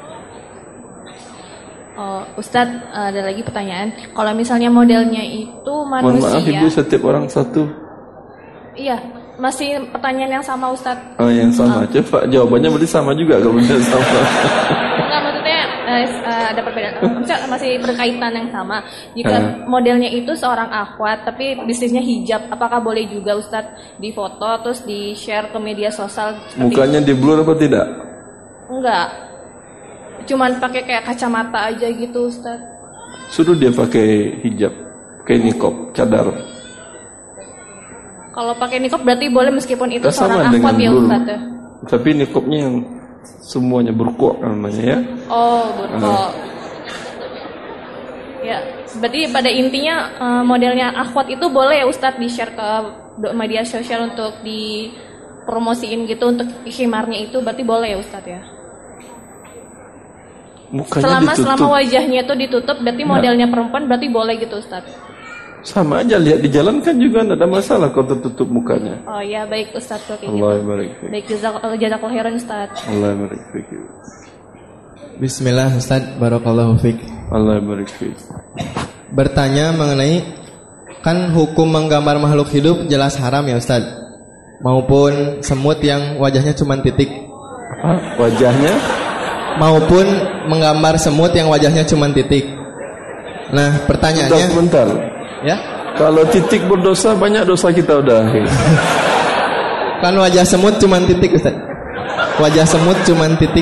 Oh, Ustadz, ada lagi pertanyaan. Kalau misalnya modelnya itu manusia. Mohon maaf Ibu, setiap orang satu. Iya, masih pertanyaan yang sama Ustadz. Oh, yang sama. Oh. Coba jawabannya berarti sama juga kalau benar sama. Enggak, maksudnya eh, ada perbedaan. Maksudnya masih berkaitan yang sama. Jika uh. modelnya itu seorang akhwat tapi bisnisnya hijab, apakah boleh juga Ustadz difoto terus di-share ke media sosial? Mukanya di blur apa tidak? Enggak. Cuman pakai kayak kacamata aja gitu Ustaz. Suruh dia pakai hijab, pakai niqab, cadar. Kalau pakai niqab berarti boleh meskipun itu tak seorang akhwat ya Ustaz ya. Tapi niqabnya yang semuanya burqa namanya ya. Oh, burqa. Uh. Ya, berarti pada intinya modelnya akhwat itu boleh ya Ustaz di-share ke media sosial untuk dipromosiin gitu untuk khimarnya itu berarti boleh ya Ustaz ya. Mukanya selama ditutup. selama wajahnya itu ditutup berarti modelnya nah. perempuan berarti boleh gitu Ustaz. Sama aja lihat di jalan kan juga tidak ada masalah kalau tertutup mukanya. Oh ya baik Ustaz kayak gitu. Allah barik. Baik jazakallahu jazakallahu khairan Ustaz. Allah barik fik. Bismillah Ustaz, barakallahu fik. Allah barik fik. Bertanya mengenai kan hukum menggambar makhluk hidup jelas haram ya Ustaz. Maupun semut yang wajahnya cuma titik. Apa? Wajahnya maupun menggambar semut yang wajahnya cuma titik. Nah, pertanyaannya sebentar. Ya? Kalau titik berdosa, banyak dosa kita udah. Kan wajah semut cuma titik, Ustaz. Wajah semut cuma titik.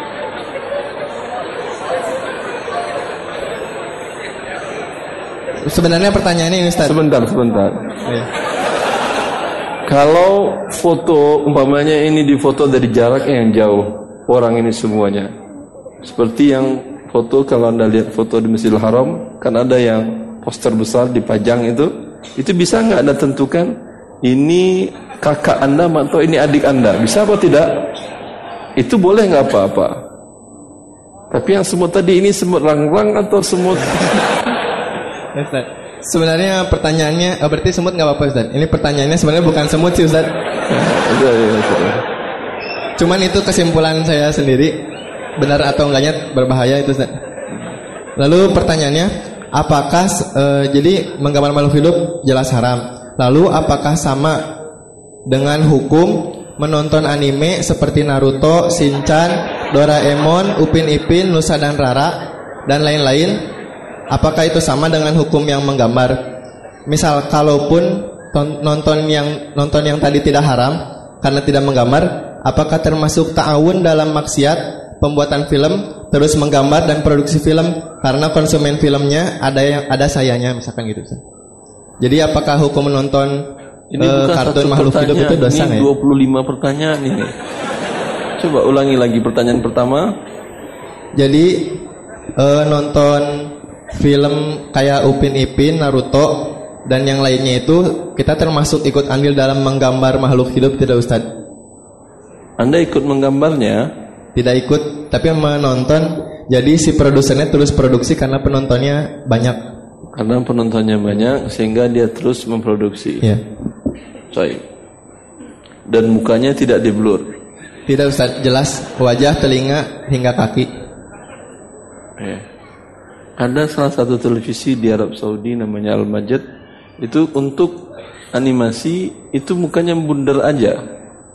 Sebenarnya pertanyaannya ini Ustaz. Sebentar, sebentar. Ya. Kalau foto umpamanya ini difoto dari jarak yang jauh, orang ini semuanya. Seperti yang foto kalau Anda lihat foto di Masjidil Haram, kan ada yang poster besar dipajang itu, itu bisa nggak Anda tentukan ini kakak Anda atau ini adik Anda? Bisa apa tidak? Itu boleh nggak apa-apa. Tapi yang semut tadi ini semut rang-rang atau semut? Ustaz, sebenarnya pertanyaannya, oh, berarti semut nggak apa-apa Ustaz. Ini pertanyaannya sebenarnya bukan semut sih Ustaz. Cuman itu kesimpulan saya sendiri. Benar atau enggaknya berbahaya itu Ustaz. Lalu pertanyaannya, apakah e, jadi menggambar makhluk hidup jelas haram. Lalu apakah sama dengan hukum menonton anime seperti Naruto, Shinchan, Doraemon, Upin Ipin, Nusa dan Rara dan lain-lain? Apakah itu sama dengan hukum yang menggambar? Misal kalaupun nonton yang nonton yang tadi tidak haram karena tidak menggambar, apakah termasuk ta'awun dalam maksiat pembuatan film terus menggambar dan produksi film karena konsumen filmnya ada yang ada sayanya misalkan gitu. Jadi apakah hukum menonton ini uh, kartun makhluk hidup itu dosa nggak ya? dua puluh lima pertanyaan ini. Coba ulangi lagi pertanyaan pertama. Jadi uh, nonton film kayak Upin Ipin, Naruto dan yang lainnya itu kita termasuk ikut andil dalam menggambar makhluk hidup tidak Ustaz? Anda ikut menggambarnya? Tidak ikut, tapi menonton. Jadi si produsennya terus produksi karena penontonnya banyak. Karena penontonnya banyak sehingga dia terus memproduksi. Ya. Baik. Dan mukanya tidak diblur. Tidak Ustaz, jelas wajah, telinga hingga kaki. Ya. Ada salah satu televisi di Arab Saudi namanya Al-Majid. Itu untuk animasi itu mukanya bundar aja.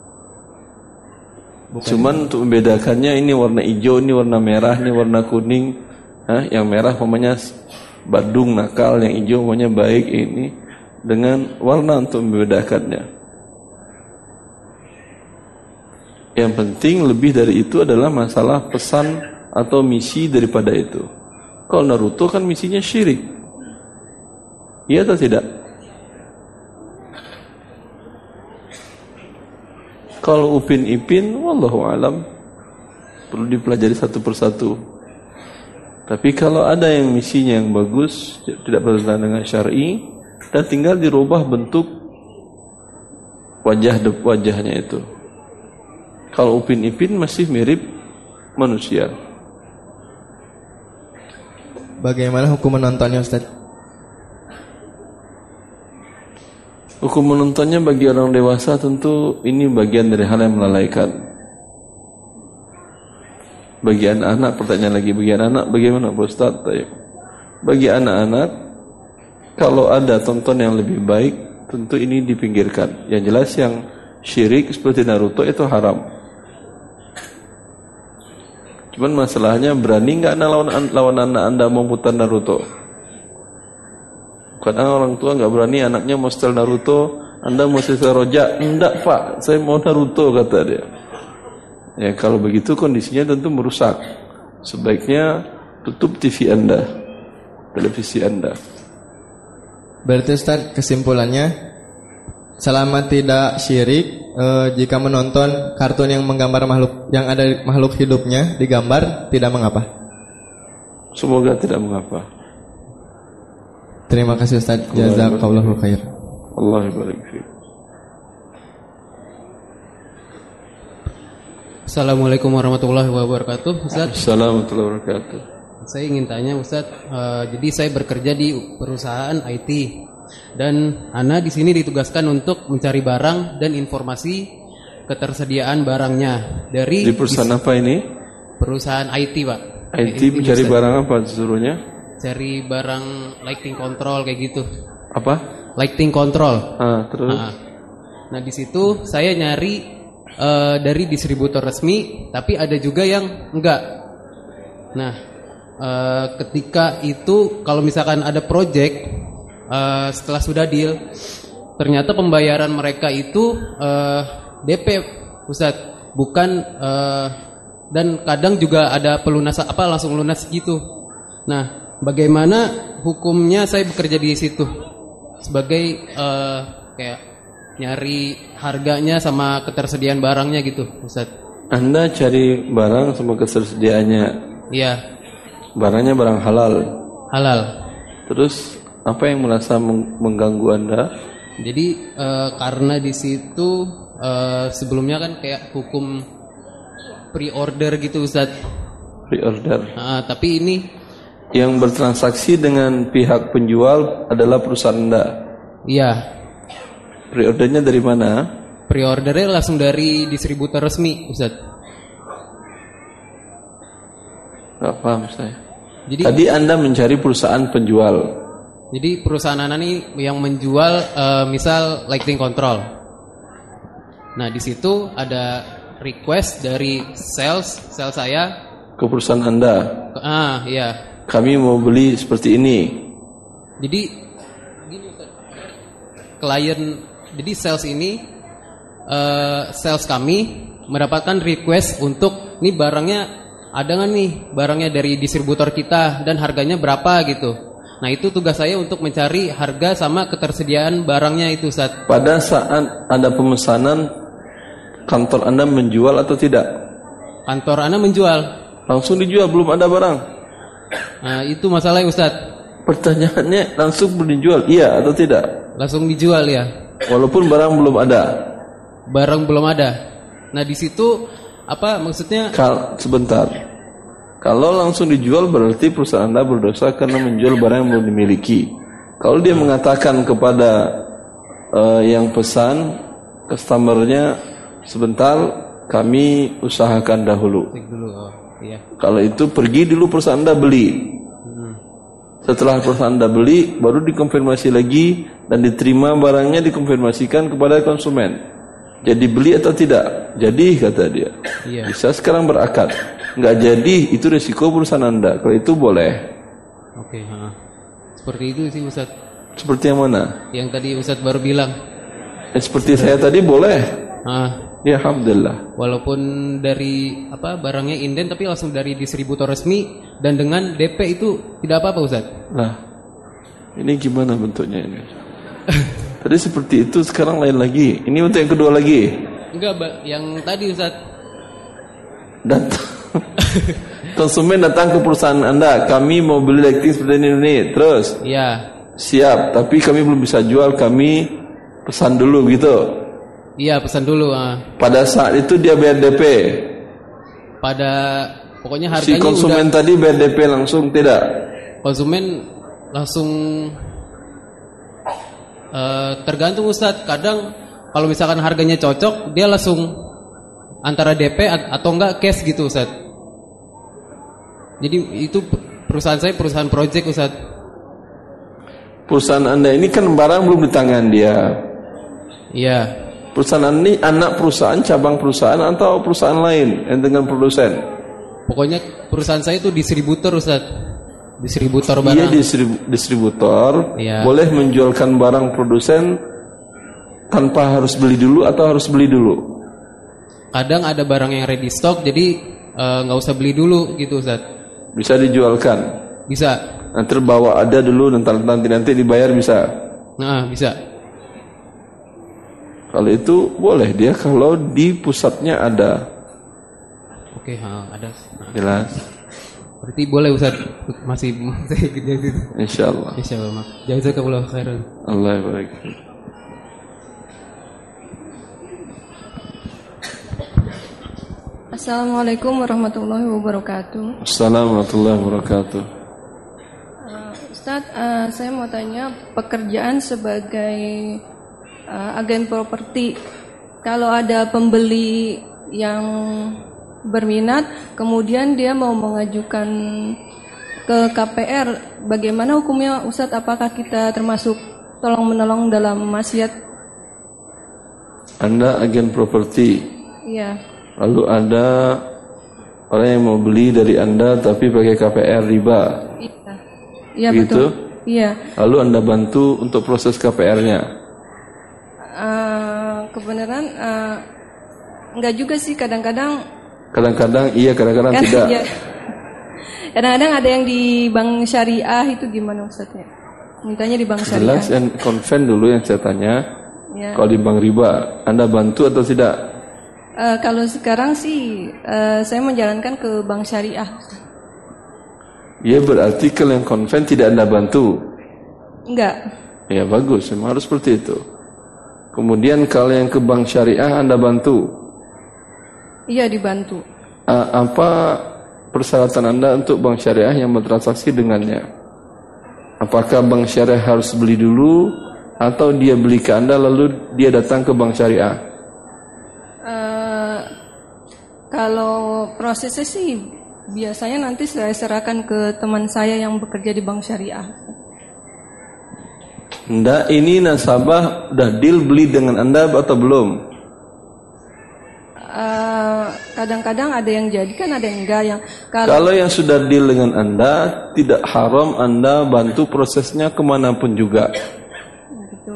Bukan. Cuman untuk membedakannya ini warna hijau, ini warna merah, ini warna kuning. Hah? Yang merah namanya badung nakal, yang hijau namanya baik. Ini dengan warna untuk membedakannya. Yang penting lebih dari itu adalah masalah pesan atau misi daripada itu. Kalau Naruto kan misinya syirik. Iya atau tidak? Kalau Upin Ipin, wallahu alam, perlu dipelajari satu persatu. Tapi kalau ada yang misinya yang bagus, tidak bertentangan dengan syar'i, dan tinggal dirubah bentuk wajah wajahnya itu. Kalau Upin Ipin masih mirip manusia. Bagaimana hukum menontonnya, Ustaz? Hukum menontonnya bagi orang dewasa tentu ini bagian dari hal yang melalaikan. Bagi anak-anak, pertanyaan lagi, bagi anak-anak bagaimana Pak Ustaz? Bagi anak-anak, kalau ada tonton yang lebih baik, tentu ini dipinggirkan. Yang jelas yang syirik seperti Naruto itu haram. Cuman masalahnya, berani nggak lawan, lawan anak anda memutar Naruto? Kadang orang tua nggak berani, anaknya mau setel Naruto, anda mau setel Rojak. Enggak pak, saya mau Naruto, kata dia. Ya kalau begitu kondisinya tentu merusak. Sebaiknya tutup T V anda, televisi anda. Berarti Ustaz, kesimpulannya, selama tidak syirik, eh, jika menonton kartun yang menggambar makhluk, yang ada makhluk hidupnya digambar, tidak mengapa. Semoga tidak mengapa. Terima kasih Ustaz. Jazakallahu khair. Allah barik fiik. Assalamualaikum warahmatullahi wabarakatuh, Ustaz. Assalamualaikum warahmatullahi wabarakatuh. Saya ingin tanya Ustaz, uh, jadi saya bekerja di perusahaan I T dan Ana di sini ditugaskan untuk mencari barang dan informasi ketersediaan barangnya dari di perusahaan apa ini? Perusahaan I T, Pak. I T mencari barang apa disuruhnya? Cari barang lighting control kayak gitu. Apa? Lighting control. Ah, terus? Nah, nah di situ saya nyari uh, dari distributor resmi, tapi ada juga yang enggak. Nah, uh, ketika itu kalau misalkan ada project, uh, setelah sudah deal, ternyata pembayaran mereka itu uh, D P, Ustadz, bukan uh, dan kadang juga ada pelunasan apa langsung lunas gitu. Nah, bagaimana hukumnya saya bekerja di situ sebagai uh, kayak nyari harganya sama ketersediaan barangnya gitu, Ustaz? Anda cari barang sama ketersediaannya. Iya. Barangnya barang halal. Halal. Terus apa yang merasa mengganggu Anda? Jadi uh, karena di situ uh, sebelumnya kan kayak hukum pre-order gitu, Ustaz. Pre-order. Uh, tapi ini yang bertransaksi dengan pihak penjual adalah perusahaan Anda. Iya. Pre-ordernya dari mana? Pre-ordernya langsung dari distributor resmi, Ustaz. Gak paham saya. Jadi, tadi Anda mencari perusahaan penjual. Jadi perusahaan Anda nih yang menjual uh, misal lighting control. Nah di situ ada request dari sales, sales saya ke perusahaan Anda. Ah iya. Kami mau beli seperti ini. Jadi gini Ustaz, klien, jadi sales ini uh, sales kami mendapatkan request untuk nih barangnya ada nggak nih barangnya dari distributor kita dan harganya berapa gitu. Nah itu tugas saya untuk mencari harga sama ketersediaan barangnya itu, Ustaz. Pada saat ada pemesanan, kantor Anda menjual atau tidak? Kantor Anda menjual. Langsung dijual, belum ada barang. Nah itu masalahnya, Ustaz. Pertanyaannya langsung dijual, iya atau tidak? Langsung dijual ya. Walaupun barang belum ada. Barang belum ada. Nah di situ apa maksudnya? Kal sebentar. Kalau langsung dijual berarti perusahaan Anda berdosa karena menjual barang yang belum dimiliki. Kalau dia mengatakan kepada uh, yang pesan, customernya, sebentar kami usahakan dahulu. Oh, iya. Kalau itu pergi dulu perusahaan Anda beli. Setelah perusahaan Anda beli, baru dikonfirmasi lagi dan diterima barangnya dikonfirmasikan kepada konsumen. Jadi beli atau tidak? Jadi kata dia. Iya. Bisa sekarang berakad. Nggak jadi, itu resiko perusahaan Anda. Kalau itu boleh. Oke, ha. Seperti itu sih Ustaz. Seperti yang mana? Yang tadi Ustaz baru bilang. Eh, seperti saya tadi boleh. Ah. Ya alhamdulillah. Walaupun dari apa barangnya inden tapi langsung dari distributor resmi dan dengan D P itu tidak apa-apa Ustaz. Nah, ini gimana bentuknya ini? Tadi seperti itu, sekarang lain lagi. Ini untuk yang kedua lagi. Enggak, Mbak. Yang tadi Ustaz. Datang. Konsumen datang ke perusahaan Anda, kami mau beli lighting seperti ini, ini. Terus? Iya. Siap, tapi kami belum bisa jual, kami pesan dulu gitu. Iya, pesan dulu. Uh. Pada saat itu dia bayar D P. Pada pokoknya Si harganya konsumen udah, tadi bayar D P langsung tidak? konsumen langsung uh, tergantung Ustadz. Kadang kalau misalkan harganya cocok, dia langsung antara D P atau enggak cash gitu Ustadz. Jadi itu perusahaan saya perusahaan project Ustadz. Perusahaan Anda ini kan barang belum di tangan dia. Iya. Perusahaan ini anak perusahaan, cabang perusahaan atau perusahaan lain yang dengan produsen? Pokoknya perusahaan saya itu distributor Ustaz. Distributor barang. Iya, distribu- distributor. Iya. Boleh menjualkan barang produsen tanpa harus beli dulu atau harus beli dulu? Kadang ada barang yang ready stock, jadi eh, nggak usah beli dulu gitu Ustaz. Bisa dijualkan? Bisa. Nanti bawa ada dulu, nanti nanti, nanti dibayar bisa? Nah, bisa. Kalau itu boleh dia kalau di pusatnya ada. Oke, ha, ada. Nah. Jelas. Berarti boleh Ustaz, masih masih gitu. Insyaallah. Insyaallah. Jazakallahu khairan. Allah barik. Assalamualaikum warahmatullahi wabarakatuh. Assalamualaikum warahmatullahi wabarakatuh. Uh, Ustadz, uh, saya mau tanya pekerjaan sebagai uh, agen properti. Kalau ada pembeli yang berminat, kemudian dia mau mengajukan ke K P R, bagaimana hukumnya Ustadz? Apakah kita termasuk tolong menolong dalam maksiat? Anda agen properti. Iya. Lalu ada orang yang mau beli dari Anda tapi pakai K P R riba. Iya. Iya begitu? betul. Iya. Lalu Anda bantu untuk proses K P R-nya. Uh, kebenaran uh, enggak juga sih, kadang-kadang. Kadang-kadang iya, kadang-kadang Kan, tidak. iya. Kadang-kadang ada yang di bank syariah, itu gimana Ustaznya? Mintanya di bank syariah. Jelas yang konven dulu yang saya tanya. Ya. Kalau di bank riba, Anda bantu atau tidak? Uh, kalau sekarang sih uh, saya menjalankan ke bank syariah. Ya berarti kalau yang konven tidak Anda bantu. Enggak. Ya bagus, memang harus seperti itu. Kemudian kalau yang ke bank syariah Anda bantu. Iya dibantu. Uh, apa persyaratan Anda untuk bank syariah yang bertransaksi dengannya? Apakah bank syariah harus beli dulu atau dia beli ke Anda lalu dia datang ke bank syariah? Uh, kalau prosesnya sih biasanya nanti saya serahkan ke teman saya yang bekerja di bank syariah. Anda ini nasabah udah deal beli dengan Anda atau belum? Uh, kadang-kadang ada yang jadi kan, ada yang enggak. Yang kalau, kalau yang sudah deal dengan Anda, tidak haram Anda bantu prosesnya kemanapun juga. Gitu.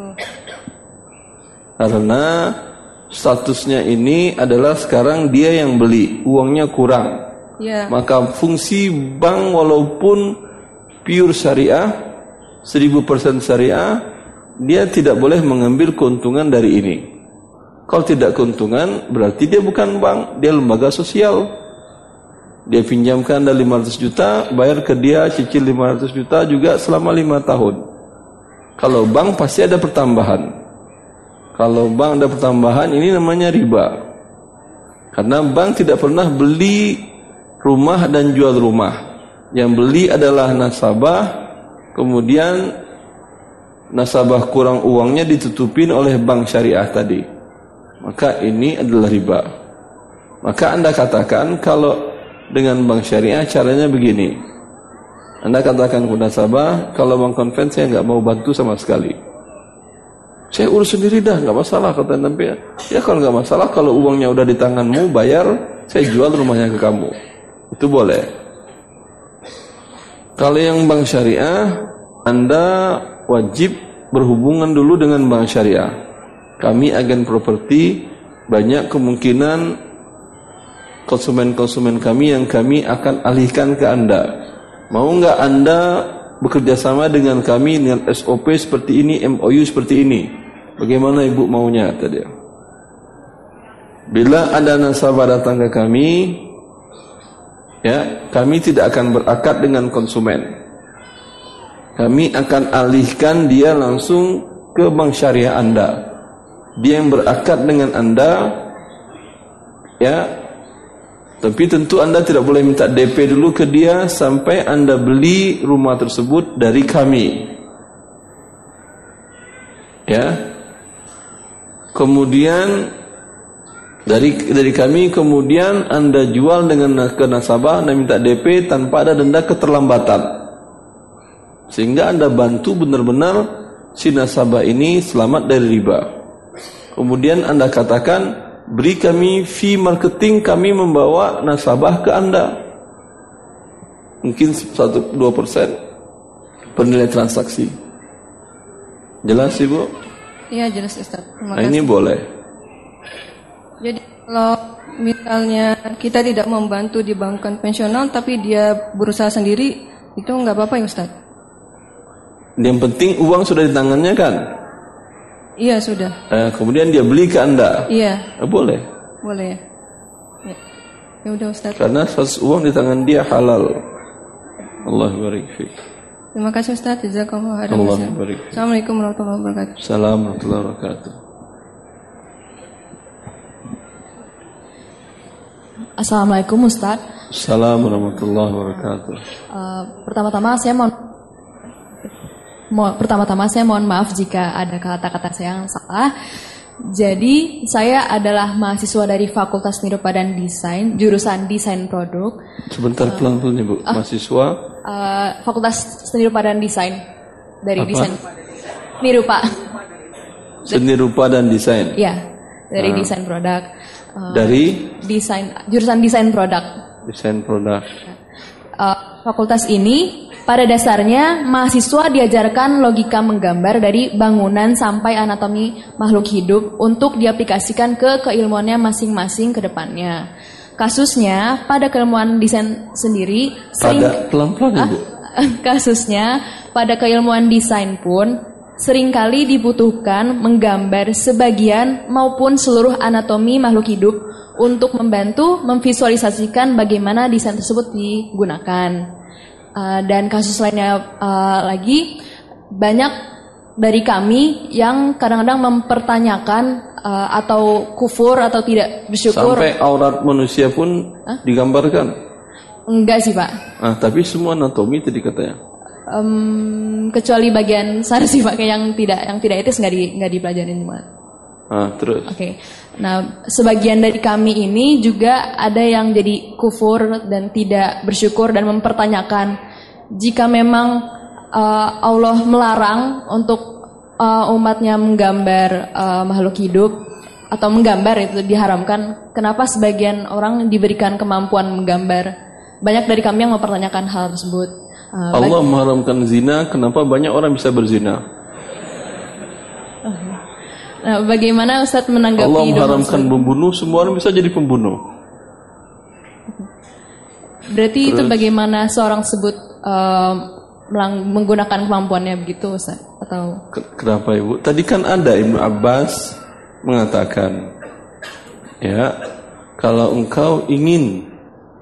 Karena statusnya ini adalah sekarang dia yang beli, uangnya kurang. Ya. Maka fungsi bank walaupun pure syariah, seribu persen syariah, dia tidak boleh mengambil keuntungan dari ini. Kalau tidak keuntungan, berarti dia bukan bank, dia lembaga sosial. Dia pinjamkan Anda lima ratus juta, bayar ke dia cicil lima ratus juta juga selama lima tahun. Kalau bank pasti ada pertambahan. Kalau bank ada pertambahan, ini namanya riba. Karena bank tidak pernah beli rumah dan jual rumah. Yang beli adalah nasabah, kemudian nasabah kurang uangnya ditutupin oleh bank syariah tadi. Maka ini adalah riba. Maka Anda katakan kalau dengan bank syariah caranya begini. Anda katakan ke nasabah, kalau bank konven saya nggak mau bantu sama sekali. Saya urus sendiri dah, nggak masalah kata Nabi. Ya kalau nggak masalah, kalau uangnya udah di tanganmu, bayar, saya jual rumahnya ke kamu. Itu boleh. Kalau yang bank syariah, Anda wajib berhubungan dulu dengan bank syariah. Kami agen properti, banyak kemungkinan konsumen-konsumen kami yang kami akan alihkan ke Anda. Mau nggak Anda bekerja sama dengan kami dengan S O P seperti ini, M O U seperti ini? Bagaimana ibu maunya tadi? Bila ada nasabah datang ke kami, ya, kami tidak akan berakad dengan konsumen. Kami akan alihkan dia langsung ke bank syariah Anda. dia yang berakad dengan Anda, ya, tapi tentu Anda tidak boleh minta D P dulu ke dia sampai Anda beli rumah tersebut dari kami, ya. Kemudian dari dari kami, kemudian Anda jual dengan ke nasabah, Anda minta D P tanpa ada denda keterlambatan, sehingga Anda bantu benar-benar si nasabah ini selamat dari riba. Kemudian Anda katakan, beri kami fee marketing, kami membawa nasabah ke Anda, mungkin satu sampai dua persen bernilai transaksi. Jelas Ibu? Iya jelas Ustaz. Terima Nah, kasih. ini boleh. Jadi kalau misalnya kita tidak membantu di bank konvensional tapi dia berusaha sendiri, itu nggak apa-apa ya Ustaz? Yang penting uang sudah di tangannya kan? Iya sudah. Eh, kemudian dia beli ke Anda. Iya. Eh, boleh. Boleh ya. Ya, ya udah Ustaz. Karena uang di tangan dia halal. Allah barik fiik. Terima kasih Ustaz. Jazakallahu khairan. Allah barik. Assalamualaikum warahmatullahi wabarakatuh. Assalamualaikum warahmatullahi wabarakatuh. Assalamualaikum Ustaz. Assalamualaikum warahmatullahi wabarakatuh. Uh, pertama-tama saya mohon Mo, pertama-tama saya mohon maaf jika ada kata-kata saya yang salah. Jadi saya adalah mahasiswa dari Fakultas Nirupa dan Desain, jurusan Desain Produk. Sebentar, pelan-pelan Ibu. uh, Mahasiswa uh, Fakultas Nirupa dan Desain dari Apa? Desain Nirupa. Seni rupa dan desain. Iya, dari Ah. Desain Produk. Uh, Dari desain jurusan Desain Produk. desain produk. Uh, fakultas ini pada dasarnya mahasiswa diajarkan logika menggambar dari bangunan sampai anatomi makhluk hidup untuk diaplikasikan ke keilmuannya masing-masing ke depannya. Kasusnya pada keilmuan desain sendiri sering Pada pelan-pelan Ibu. kasusnya pada keilmuan desain pun seringkali dibutuhkan menggambar sebagian maupun seluruh anatomi makhluk hidup untuk membantu memvisualisasikan bagaimana desain tersebut digunakan. Uh, dan kasus lainnya uh, lagi, banyak dari kami yang kadang-kadang mempertanyakan uh, atau kufur atau tidak bersyukur. Sampai aurat manusia pun Hah? digambarkan. Enggak sih Pak. Ah, tapi semua anatomi tadi katanya. Um, kecuali bagian sar sih Pak, kayak yang tidak yang tidak etis nggak di nggak dipelajarin Pak. Ah, terus. Oke, okay. Nah sebagian dari kami ini juga ada yang jadi kufur dan tidak bersyukur dan mempertanyakan jika memang uh, Allah melarang untuk uh, umatnya menggambar uh, makhluk hidup atau menggambar itu diharamkan, kenapa sebagian orang diberikan kemampuan menggambar? Banyak dari kami yang mempertanyakan hal tersebut. Uh, Allah mengharamkan zina, kenapa banyak orang bisa berzina? Nah, bagaimana Ustadz menanggapi Allah hidup mengharamkan tersebut? membunuh, semua orang bisa jadi pembunuh. Berarti itu Terus? bagaimana seorang tersebut um, melang- menggunakan kemampuannya begitu Ustaz? Atau Ke- Kenapa Ibu? Tadi kan ada Ibnu Abbas mengatakan, ya, kalau engkau ingin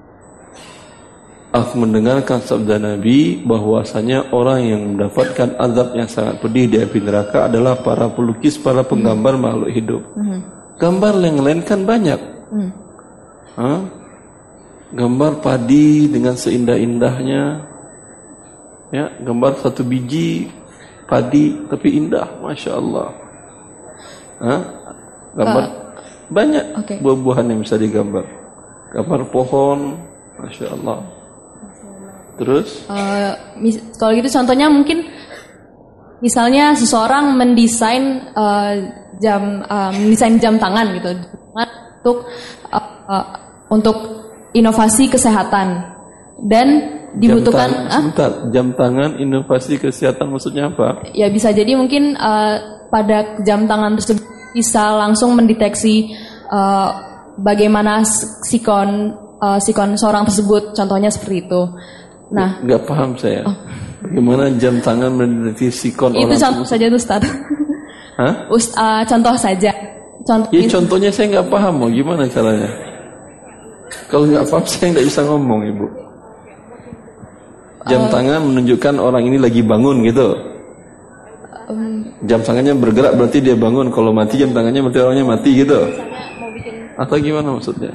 aku mendengarkan sabda Nabi bahwasanya orang yang mendapatkan azab yang sangat pedih di api neraka adalah para pelukis, para penggambar hmm. makhluk hidup. hmm. Gambar yang lain kan banyak. Hmm. Hah? Gambar padi dengan seindah-indahnya, ya, gambar satu biji padi tapi indah, masya Allah. Hah? Gambar Uh, banyak okay. buah-buahan yang bisa digambar. Gambar pohon, masya Allah. Terus? Uh, mis- kalau gitu contohnya mungkin misalnya seseorang mendesain uh, jam uh, mendesain jam tangan gitu untuk uh, uh, untuk inovasi kesehatan dan dibutuhkan jam tangan, ah? sebentar, jam tangan inovasi kesehatan maksudnya apa? Ya bisa jadi mungkin uh, pada jam tangan tersebut bisa langsung mendeteksi uh, bagaimana sikon uh, sikon seorang tersebut, contohnya seperti itu. Nah, nggak paham saya. Oh. Bagaimana jam tangan mendeteksi sikon itu orang contoh tersebut? saja tuh Ustaz. Hah? Ust, uh, contoh saja. Contoh. Ya contohnya saya nggak paham, mau gimana caranya? Kalau nggak paham saya nggak bisa ngomong Ibu. Jam Uh, tangan menunjukkan orang ini lagi bangun gitu. Um, Jam tangannya bergerak berarti dia bangun. Kalau mati jam tangannya berarti orangnya mati gitu. Atau gimana maksudnya?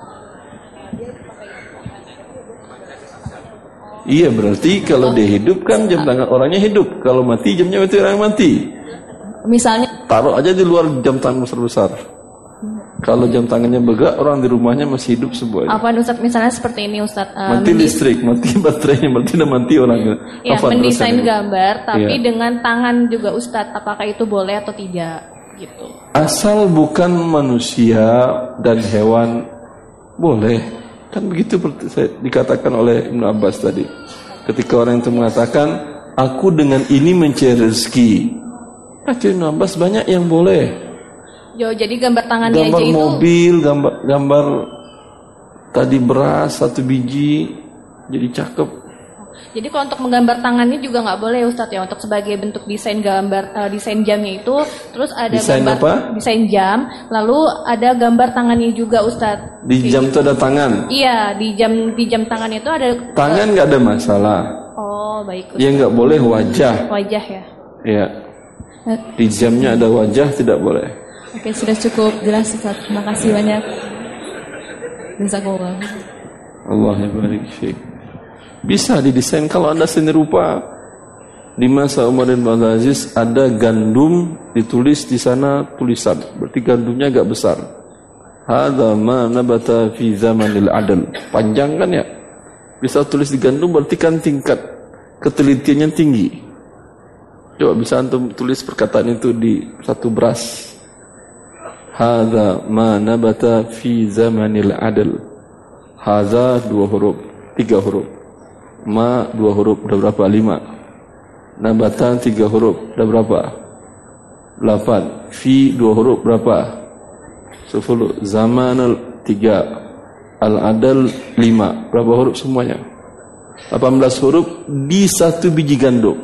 Iya berarti kalau dia hidup kan jam tangan orangnya hidup. Kalau mati jamnya berarti orang mati. Misalnya Taruh aja di luar jam tangan besar-besar. Kalau jam tangannya bergerak, orang di rumahnya masih hidup semuanya. apa Ustaz, misalnya seperti ini Ustaz, uh, Mati mendis- listrik, mati baterainya, berarti udah mati orangnya. ya, Apa mendesain terusannya? gambar tapi Iya. dengan tangan juga Ustaz, apakah itu boleh atau tidak gitu? Asal bukan manusia dan hewan boleh. Kan begitu dikatakan oleh Ibnu Abbas tadi. Ketika orang itu mengatakan, aku dengan ini mencari rezeki. Kata Ibnu Abbas banyak yang boleh. Yo, jadi gambar tangannya Gambar aja itu mobil, gambar gambar tadi beras satu biji jadi cakep. jadi kalau untuk menggambar tangannya juga nggak boleh Ustaz ya, untuk sebagai bentuk desain gambar, uh, desain jamnya itu, terus ada Desain gambar apa? desain jam, lalu ada gambar tangannya juga Ustaz. Di jam itu ada tangan. Iya, di jam di jam tangan itu ada Tangan nggak ada masalah. Oh, baik Ustaz. Yang nggak boleh wajah. Wajah ya. Ya. Di jamnya ada wajah tidak boleh. Oke, sudah cukup jelas Ustaz. Terima kasih banyak. Jazakallah. Allah barik fiik. Bisa didesain kalau Anda seni rupa. Di masa Umar bin Abdul Aziz ada gandum ditulis di sana tulisan. Berarti gandumnya agak besar. Hadza ma nabata fi zamanil adl. Panjang kan ya? Bisa tulis di gandum berarti kan tingkat ketelitiannya tinggi. Coba bisa antum tulis perkataan itu di satu beras. Hadza ma nabata fi zamanil adl. Hadza dua huruf, tiga huruf. Ma dua huruf, udah berapa? Lima. Nabatan tiga huruf, udah berapa? Delapan. Fi dua huruf, berapa? Sepuluh. Zamanul tiga. Al-adl lima. Berapa huruf semuanya? Delapan belas huruf di satu biji gandum.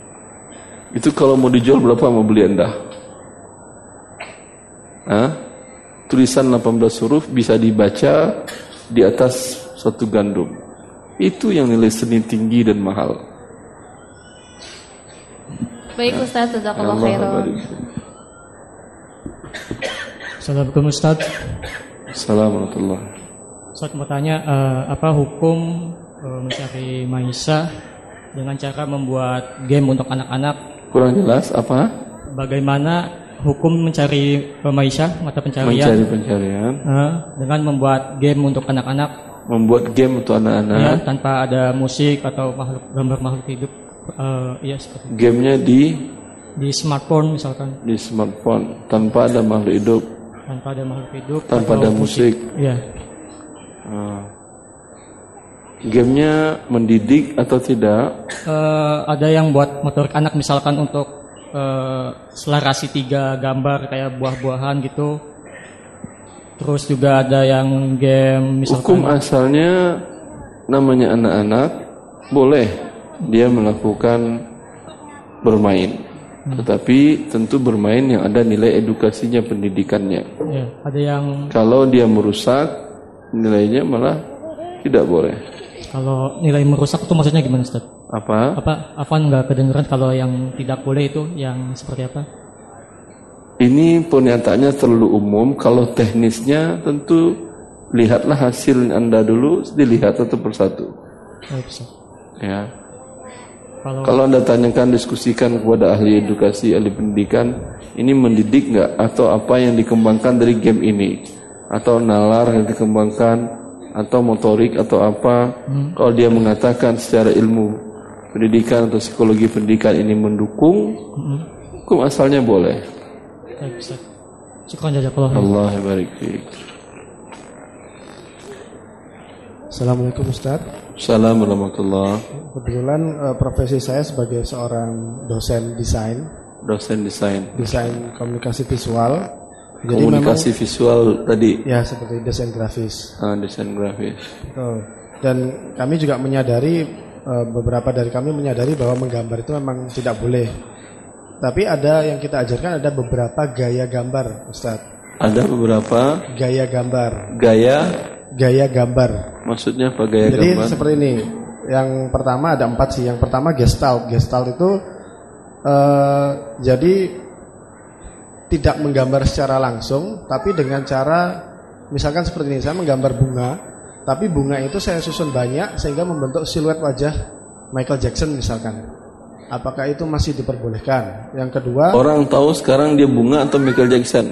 Itu kalau mau dijual berapa mau beli Anda? Hah? Tulisan delapan belas huruf bisa dibaca di atas satu gandum. Itu yang nilai seni tinggi dan mahal. Baik Ustaz, jazakallahu khairan. Assalamualaikum Ustaz. Assalamualaikum. Ustaz mau tanya uh, apa hukum uh, mencari maisha dengan cara membuat game untuk anak-anak? Kurang jelas apa? Bagaimana hukum mencari uh, maisha, mata pencarian? Mencari pencarian. Uh, dengan membuat game untuk anak-anak. Membuat game untuk anak-anak. Ya, tanpa ada musik atau makhluk, gambar makhluk hidup. Uh, ya seperti. Gamenya di di smartphone misalkan. Di smartphone tanpa ada makhluk hidup. Tanpa ada makhluk hidup. Tanpa ada musik. Iya. Uh, gamenya mendidik atau tidak? Uh, ada yang buat motorik anak misalkan untuk uh, selarasi tiga gambar kayak buah-buahan gitu. Terus juga ada yang game misalkan. Hukum asalnya namanya anak-anak boleh dia melakukan bermain. Hmm. Tetapi tentu bermain yang ada nilai edukasinya, pendidikannya. Ya, ada yang kalau dia merusak nilainya malah tidak boleh. Kalau nilai merusak itu maksudnya gimana Ustaz? Apa? Apa apa enggak kedengeran kalau yang tidak boleh itu yang seperti apa? Ini pernyataannya terlalu umum. Kalau teknisnya tentu lihatlah hasil Anda dulu, dilihat satu persatu. Oh, bisa. Ya. Kalau, Kalau Anda tanyakan, diskusikan kepada ahli edukasi, ahli pendidikan, ini mendidik nggak atau apa yang dikembangkan dari game ini, atau nalar yang dikembangkan, atau motorik atau apa? Hmm. Kalau dia mengatakan secara ilmu pendidikan atau psikologi pendidikan ini mendukung, hmm. hukum asalnya boleh. Baik, Ustaz. Syukran jazakallah. Allah barik fiik. Assalamualaikum Ustaz. Assalamualaikum warahmatullahi. Kebetulan uh, profesi saya sebagai seorang dosen desain. Dosen desain. Desain komunikasi visual. Jadi komunikasi memang, visual tadi. Ya, seperti desain grafis. Ah, desain grafis. Oh. Dan kami juga menyadari uh, beberapa dari kami menyadari bahwa menggambar itu memang tidak boleh. Tapi ada yang kita ajarkan, ada beberapa gaya gambar, Ustaz. Ada beberapa gaya gambar. Gaya? Gaya gambar. Maksudnya apa gaya Jadi, gambar? Jadi seperti ini. Yang pertama ada empat sih. Yang pertama gestalt. Gestalt itu uh, jadi tidak menggambar secara langsung, tapi dengan cara misalkan seperti ini, saya menggambar bunga, tapi bunga itu saya susun banyak sehingga membentuk siluet wajah Michael Jackson misalkan. Apakah itu masih diperbolehkan? Yang kedua, orang tahu sekarang dia bunga atau Michael Jackson.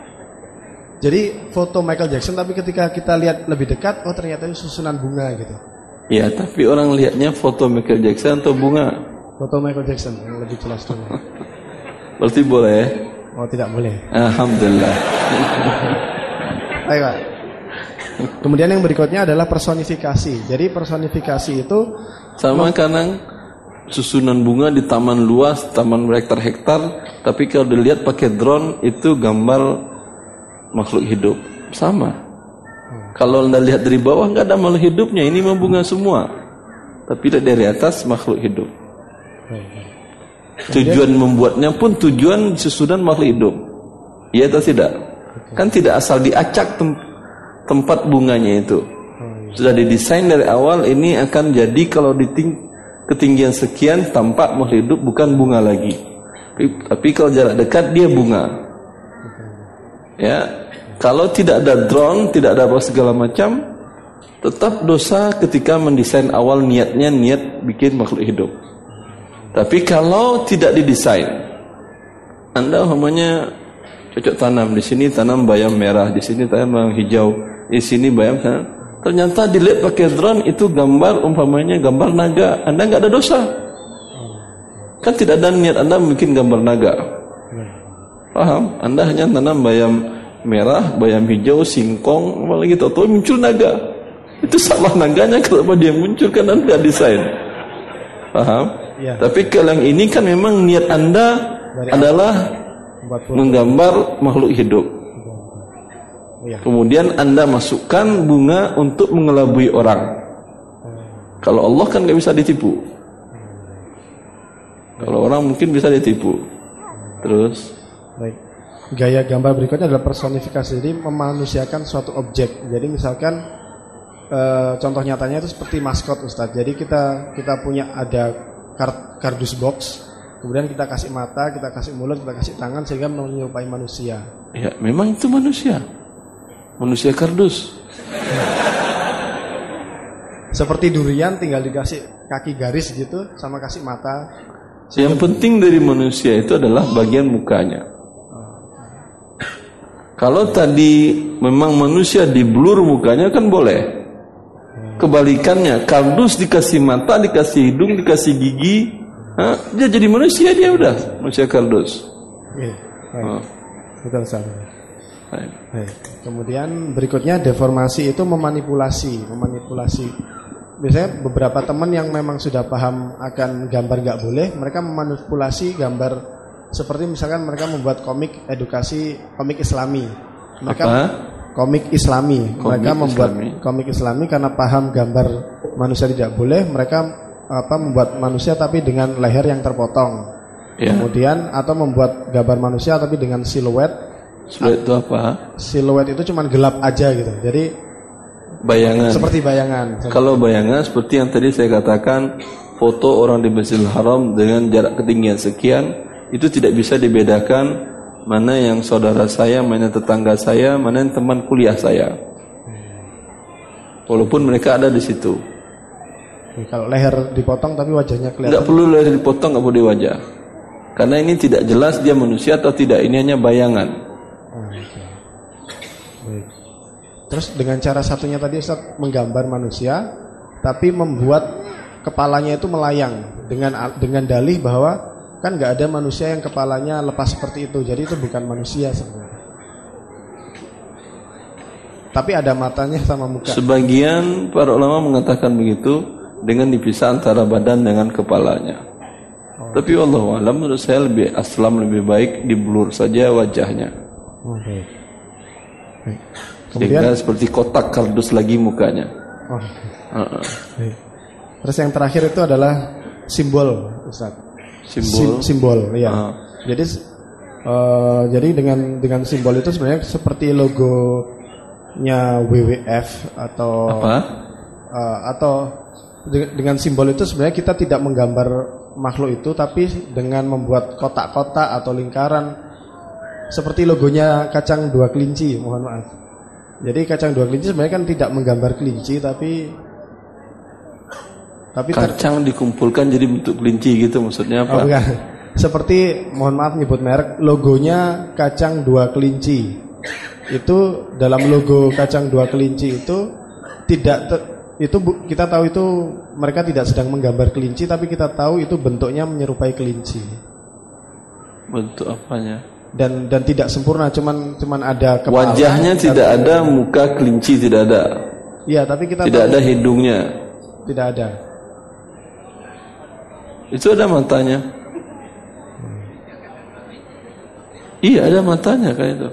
Jadi foto Michael Jackson, tapi ketika kita lihat lebih dekat, oh ternyata itu susunan bunga gitu. Ya, tapi orang lihatnya foto Michael Jackson atau bunga? Foto Michael Jackson yang lebih jelas dulu. Berarti boleh? Oh, tidak boleh. Alhamdulillah. Baik, Pak. Kemudian yang berikutnya adalah personifikasi. Jadi personifikasi itu sama kadang susunan bunga di taman luas, taman berhektar-hektar, tapi kalau dilihat pakai drone itu gambar makhluk hidup. Sama. Hmm. Kalau Anda lihat dari bawah nggak ada makhluk hidupnya, ini mah bunga semua. Tapi dari atas makhluk hidup. Hmm. Tujuan membuatnya pun tujuan susunan makhluk hidup. Iya atau tidak? Okay. Kan tidak asal diacak tem- tempat bunganya itu. Hmm. Sudah didesain dari awal, ini akan jadi kalau di ting- ketinggian sekian tampak makhluk hidup, bukan bunga lagi. Tapi, tapi kalau jarak dekat dia bunga. Ya, kalau tidak ada drone, tidak ada apa segala macam, tetap dosa ketika mendesain awal niatnya niat bikin makhluk hidup. Tapi kalau tidak didesain, Anda umpamanya cocok tanam, di sini tanam bayam merah, di sini tanam bayam hijau, di sini bayam tanam. Ternyata dilihat pakai drone itu gambar umpamanya gambar naga, Anda nggak ada dosa. Kan tidak ada niat Anda bikin gambar naga. Paham? Anda hanya tanam bayam merah, bayam hijau, singkong, apalagi tahu-tahu muncul naga. Itu salah naganya, kenapa dia muncul, kan Anda desain. Paham? Ya. Tapi kalau yang ini kan memang niat Anda dari adalah menggambar makhluk hidup. Ya. Kemudian Anda masukkan bunga untuk mengelabui orang. Kalau Allah kan nggak bisa ditipu. Kalau orang mungkin bisa ditipu. Terus baik. Gaya gambar berikutnya adalah personifikasi. Jadi memanusiakan suatu objek. Jadi misalkan e, contoh nyatanya itu seperti maskot, Ustadz. Jadi kita kita punya ada kard, kardus box, kemudian kita kasih mata, kita kasih mulut, kita kasih tangan sehingga menyerupai manusia. Ya, memang itu manusia. Manusia kardus. Seperti durian tinggal dikasih kaki garis gitu sama kasih mata. Yang penting dari manusia itu adalah bagian mukanya. Kalau tadi memang manusia di blur mukanya kan boleh. Kebalikannya, kardus dikasih mata, dikasih hidung, dikasih gigi, ha? Dia jadi manusia, dia udah manusia kardus. Iya, baik. Betul sekali. Baik. Baik. Kemudian berikutnya deformasi itu memanipulasi, memanipulasi. Biasanya beberapa teman yang memang sudah paham akan gambar nggak boleh, mereka memanipulasi gambar. Seperti misalkan mereka membuat komik edukasi, komik Islami. Mereka apa? Komik Islami. Komik mereka membuat Islami. komik Islami karena paham gambar manusia tidak boleh. Mereka apa membuat manusia tapi dengan leher yang terpotong. Ya. Kemudian atau membuat gambar manusia tapi dengan siluet. Siluet itu apa? Siluet itu cuma gelap aja gitu. Jadi bayangan. Seperti bayangan. Kalau bayangan seperti yang tadi saya katakan, foto orang di Masjidil Haram dengan jarak ketinggian sekian, itu tidak bisa dibedakan mana yang saudara saya, mana tetangga saya, mana yang teman kuliah saya. Walaupun mereka ada di situ. Kalau leher dipotong tapi wajahnya kelihatan. Tidak perlu leher dipotong, nggak boleh wajah. Karena ini tidak jelas dia manusia atau tidak. Ini hanya bayangan. Oh, okay. Baik. Terus dengan cara satunya tadi Ustaz menggambar manusia, tapi membuat kepalanya itu melayang dengan dengan dalih bahwa kan nggak ada manusia yang kepalanya lepas seperti itu, jadi itu bukan manusia sebenarnya. Tapi ada matanya sama muka. Sebagian para ulama mengatakan begitu dengan dipisah antara badan dengan kepalanya. Oh, tapi wallahu a'lam, menurut saya lebih aslam lebih baik diblur saja wajahnya. Oh, baik. Baik. Sehingga seperti kotak kardus lagi mukanya. Oh, uh-uh. Baik. Terus yang terakhir itu adalah simbol, Ustaz. Simbol, Sim, simbol, ya. Uh. Jadi, uh, jadi dengan dengan simbol itu sebenarnya seperti logonya W W F atau apa? Uh, atau dengan, dengan simbol itu sebenarnya kita tidak menggambar makhluk itu, tapi dengan membuat kotak-kotak atau lingkaran seperti logonya kacang dua kelinci, mohon maaf. Jadi kacang dua kelinci sebenarnya kan tidak menggambar kelinci, tapi tapi kacang dikumpulkan jadi bentuk kelinci gitu maksudnya apa? Oh, bukan. Seperti, mohon maaf nyebut merek, logonya kacang dua kelinci. Itu dalam logo kacang dua kelinci itu tidak ter, itu kita tahu itu mereka tidak sedang menggambar kelinci, tapi kita tahu itu bentuknya menyerupai kelinci. Bentuk apanya? Dan dan tidak sempurna, cuman cuman ada kepala. Wajahnya tidak ada, muka kelinci tidak ada. Iya, tapi kita tidak tahu, ada hidungnya. Tidak ada. Itu ada matanya. Iya, ada matanya kayak itu.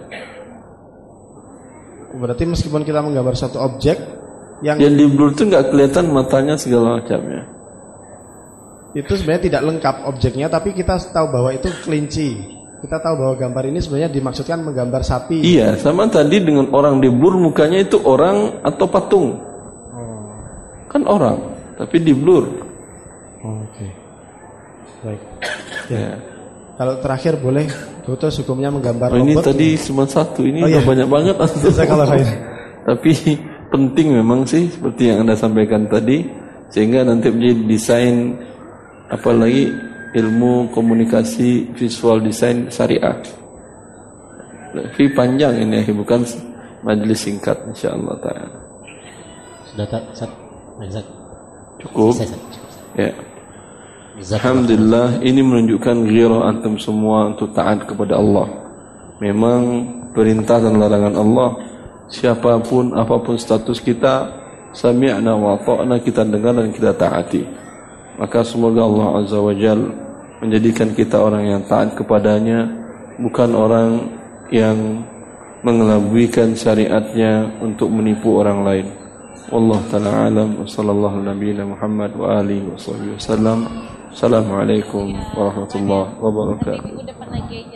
Berarti meskipun kita menggambar satu objek yang yang di blur itu nggak kelihatan matanya segala macamnya. Itu sebenarnya tidak lengkap objeknya, tapi kita tahu bahwa itu kelinci. Kita tahu bahwa gambar ini sebenarnya dimaksudkan menggambar sapi. Iya, sama tadi dengan orang di blur mukanya itu orang atau patung. Oh. Kan orang, tapi di blur. Oh, Oke, okay. Baik. Ya. Ya. Kalau terakhir boleh, putus hukumnya menggambar oh, ini robot. Ini tadi cuma satu, ini oh, udah iya. banyak banget. Kalau tapi penting memang sih seperti yang Anda sampaikan tadi, sehingga nanti menjadi desain, apalagi ilmu komunikasi visual design syariah. Tapi panjang ini, bukan majelis singkat, insyaallah taala. Sudah tak? Sat? Cukup. Ya. Alhamdulillah, ini menunjukkan ghirah antum semua untuk taat kepada Allah. Memang perintah dan larangan Allah, siapapun apapun status kita, sami'na wa ta'na, kita dengar dan kita taati. Maka semoga Allah Azza wa Jal menjadikan kita orang yang taat kepadanya, bukan orang yang mengelabuikan syariatnya untuk menipu orang lain. Wallahu ta'ala alam. Wa sallallahu nabiyina Muhammad wa alihi wa sahbihi wasallam. Assalamualaikum warahmatullahi wabarakatuh.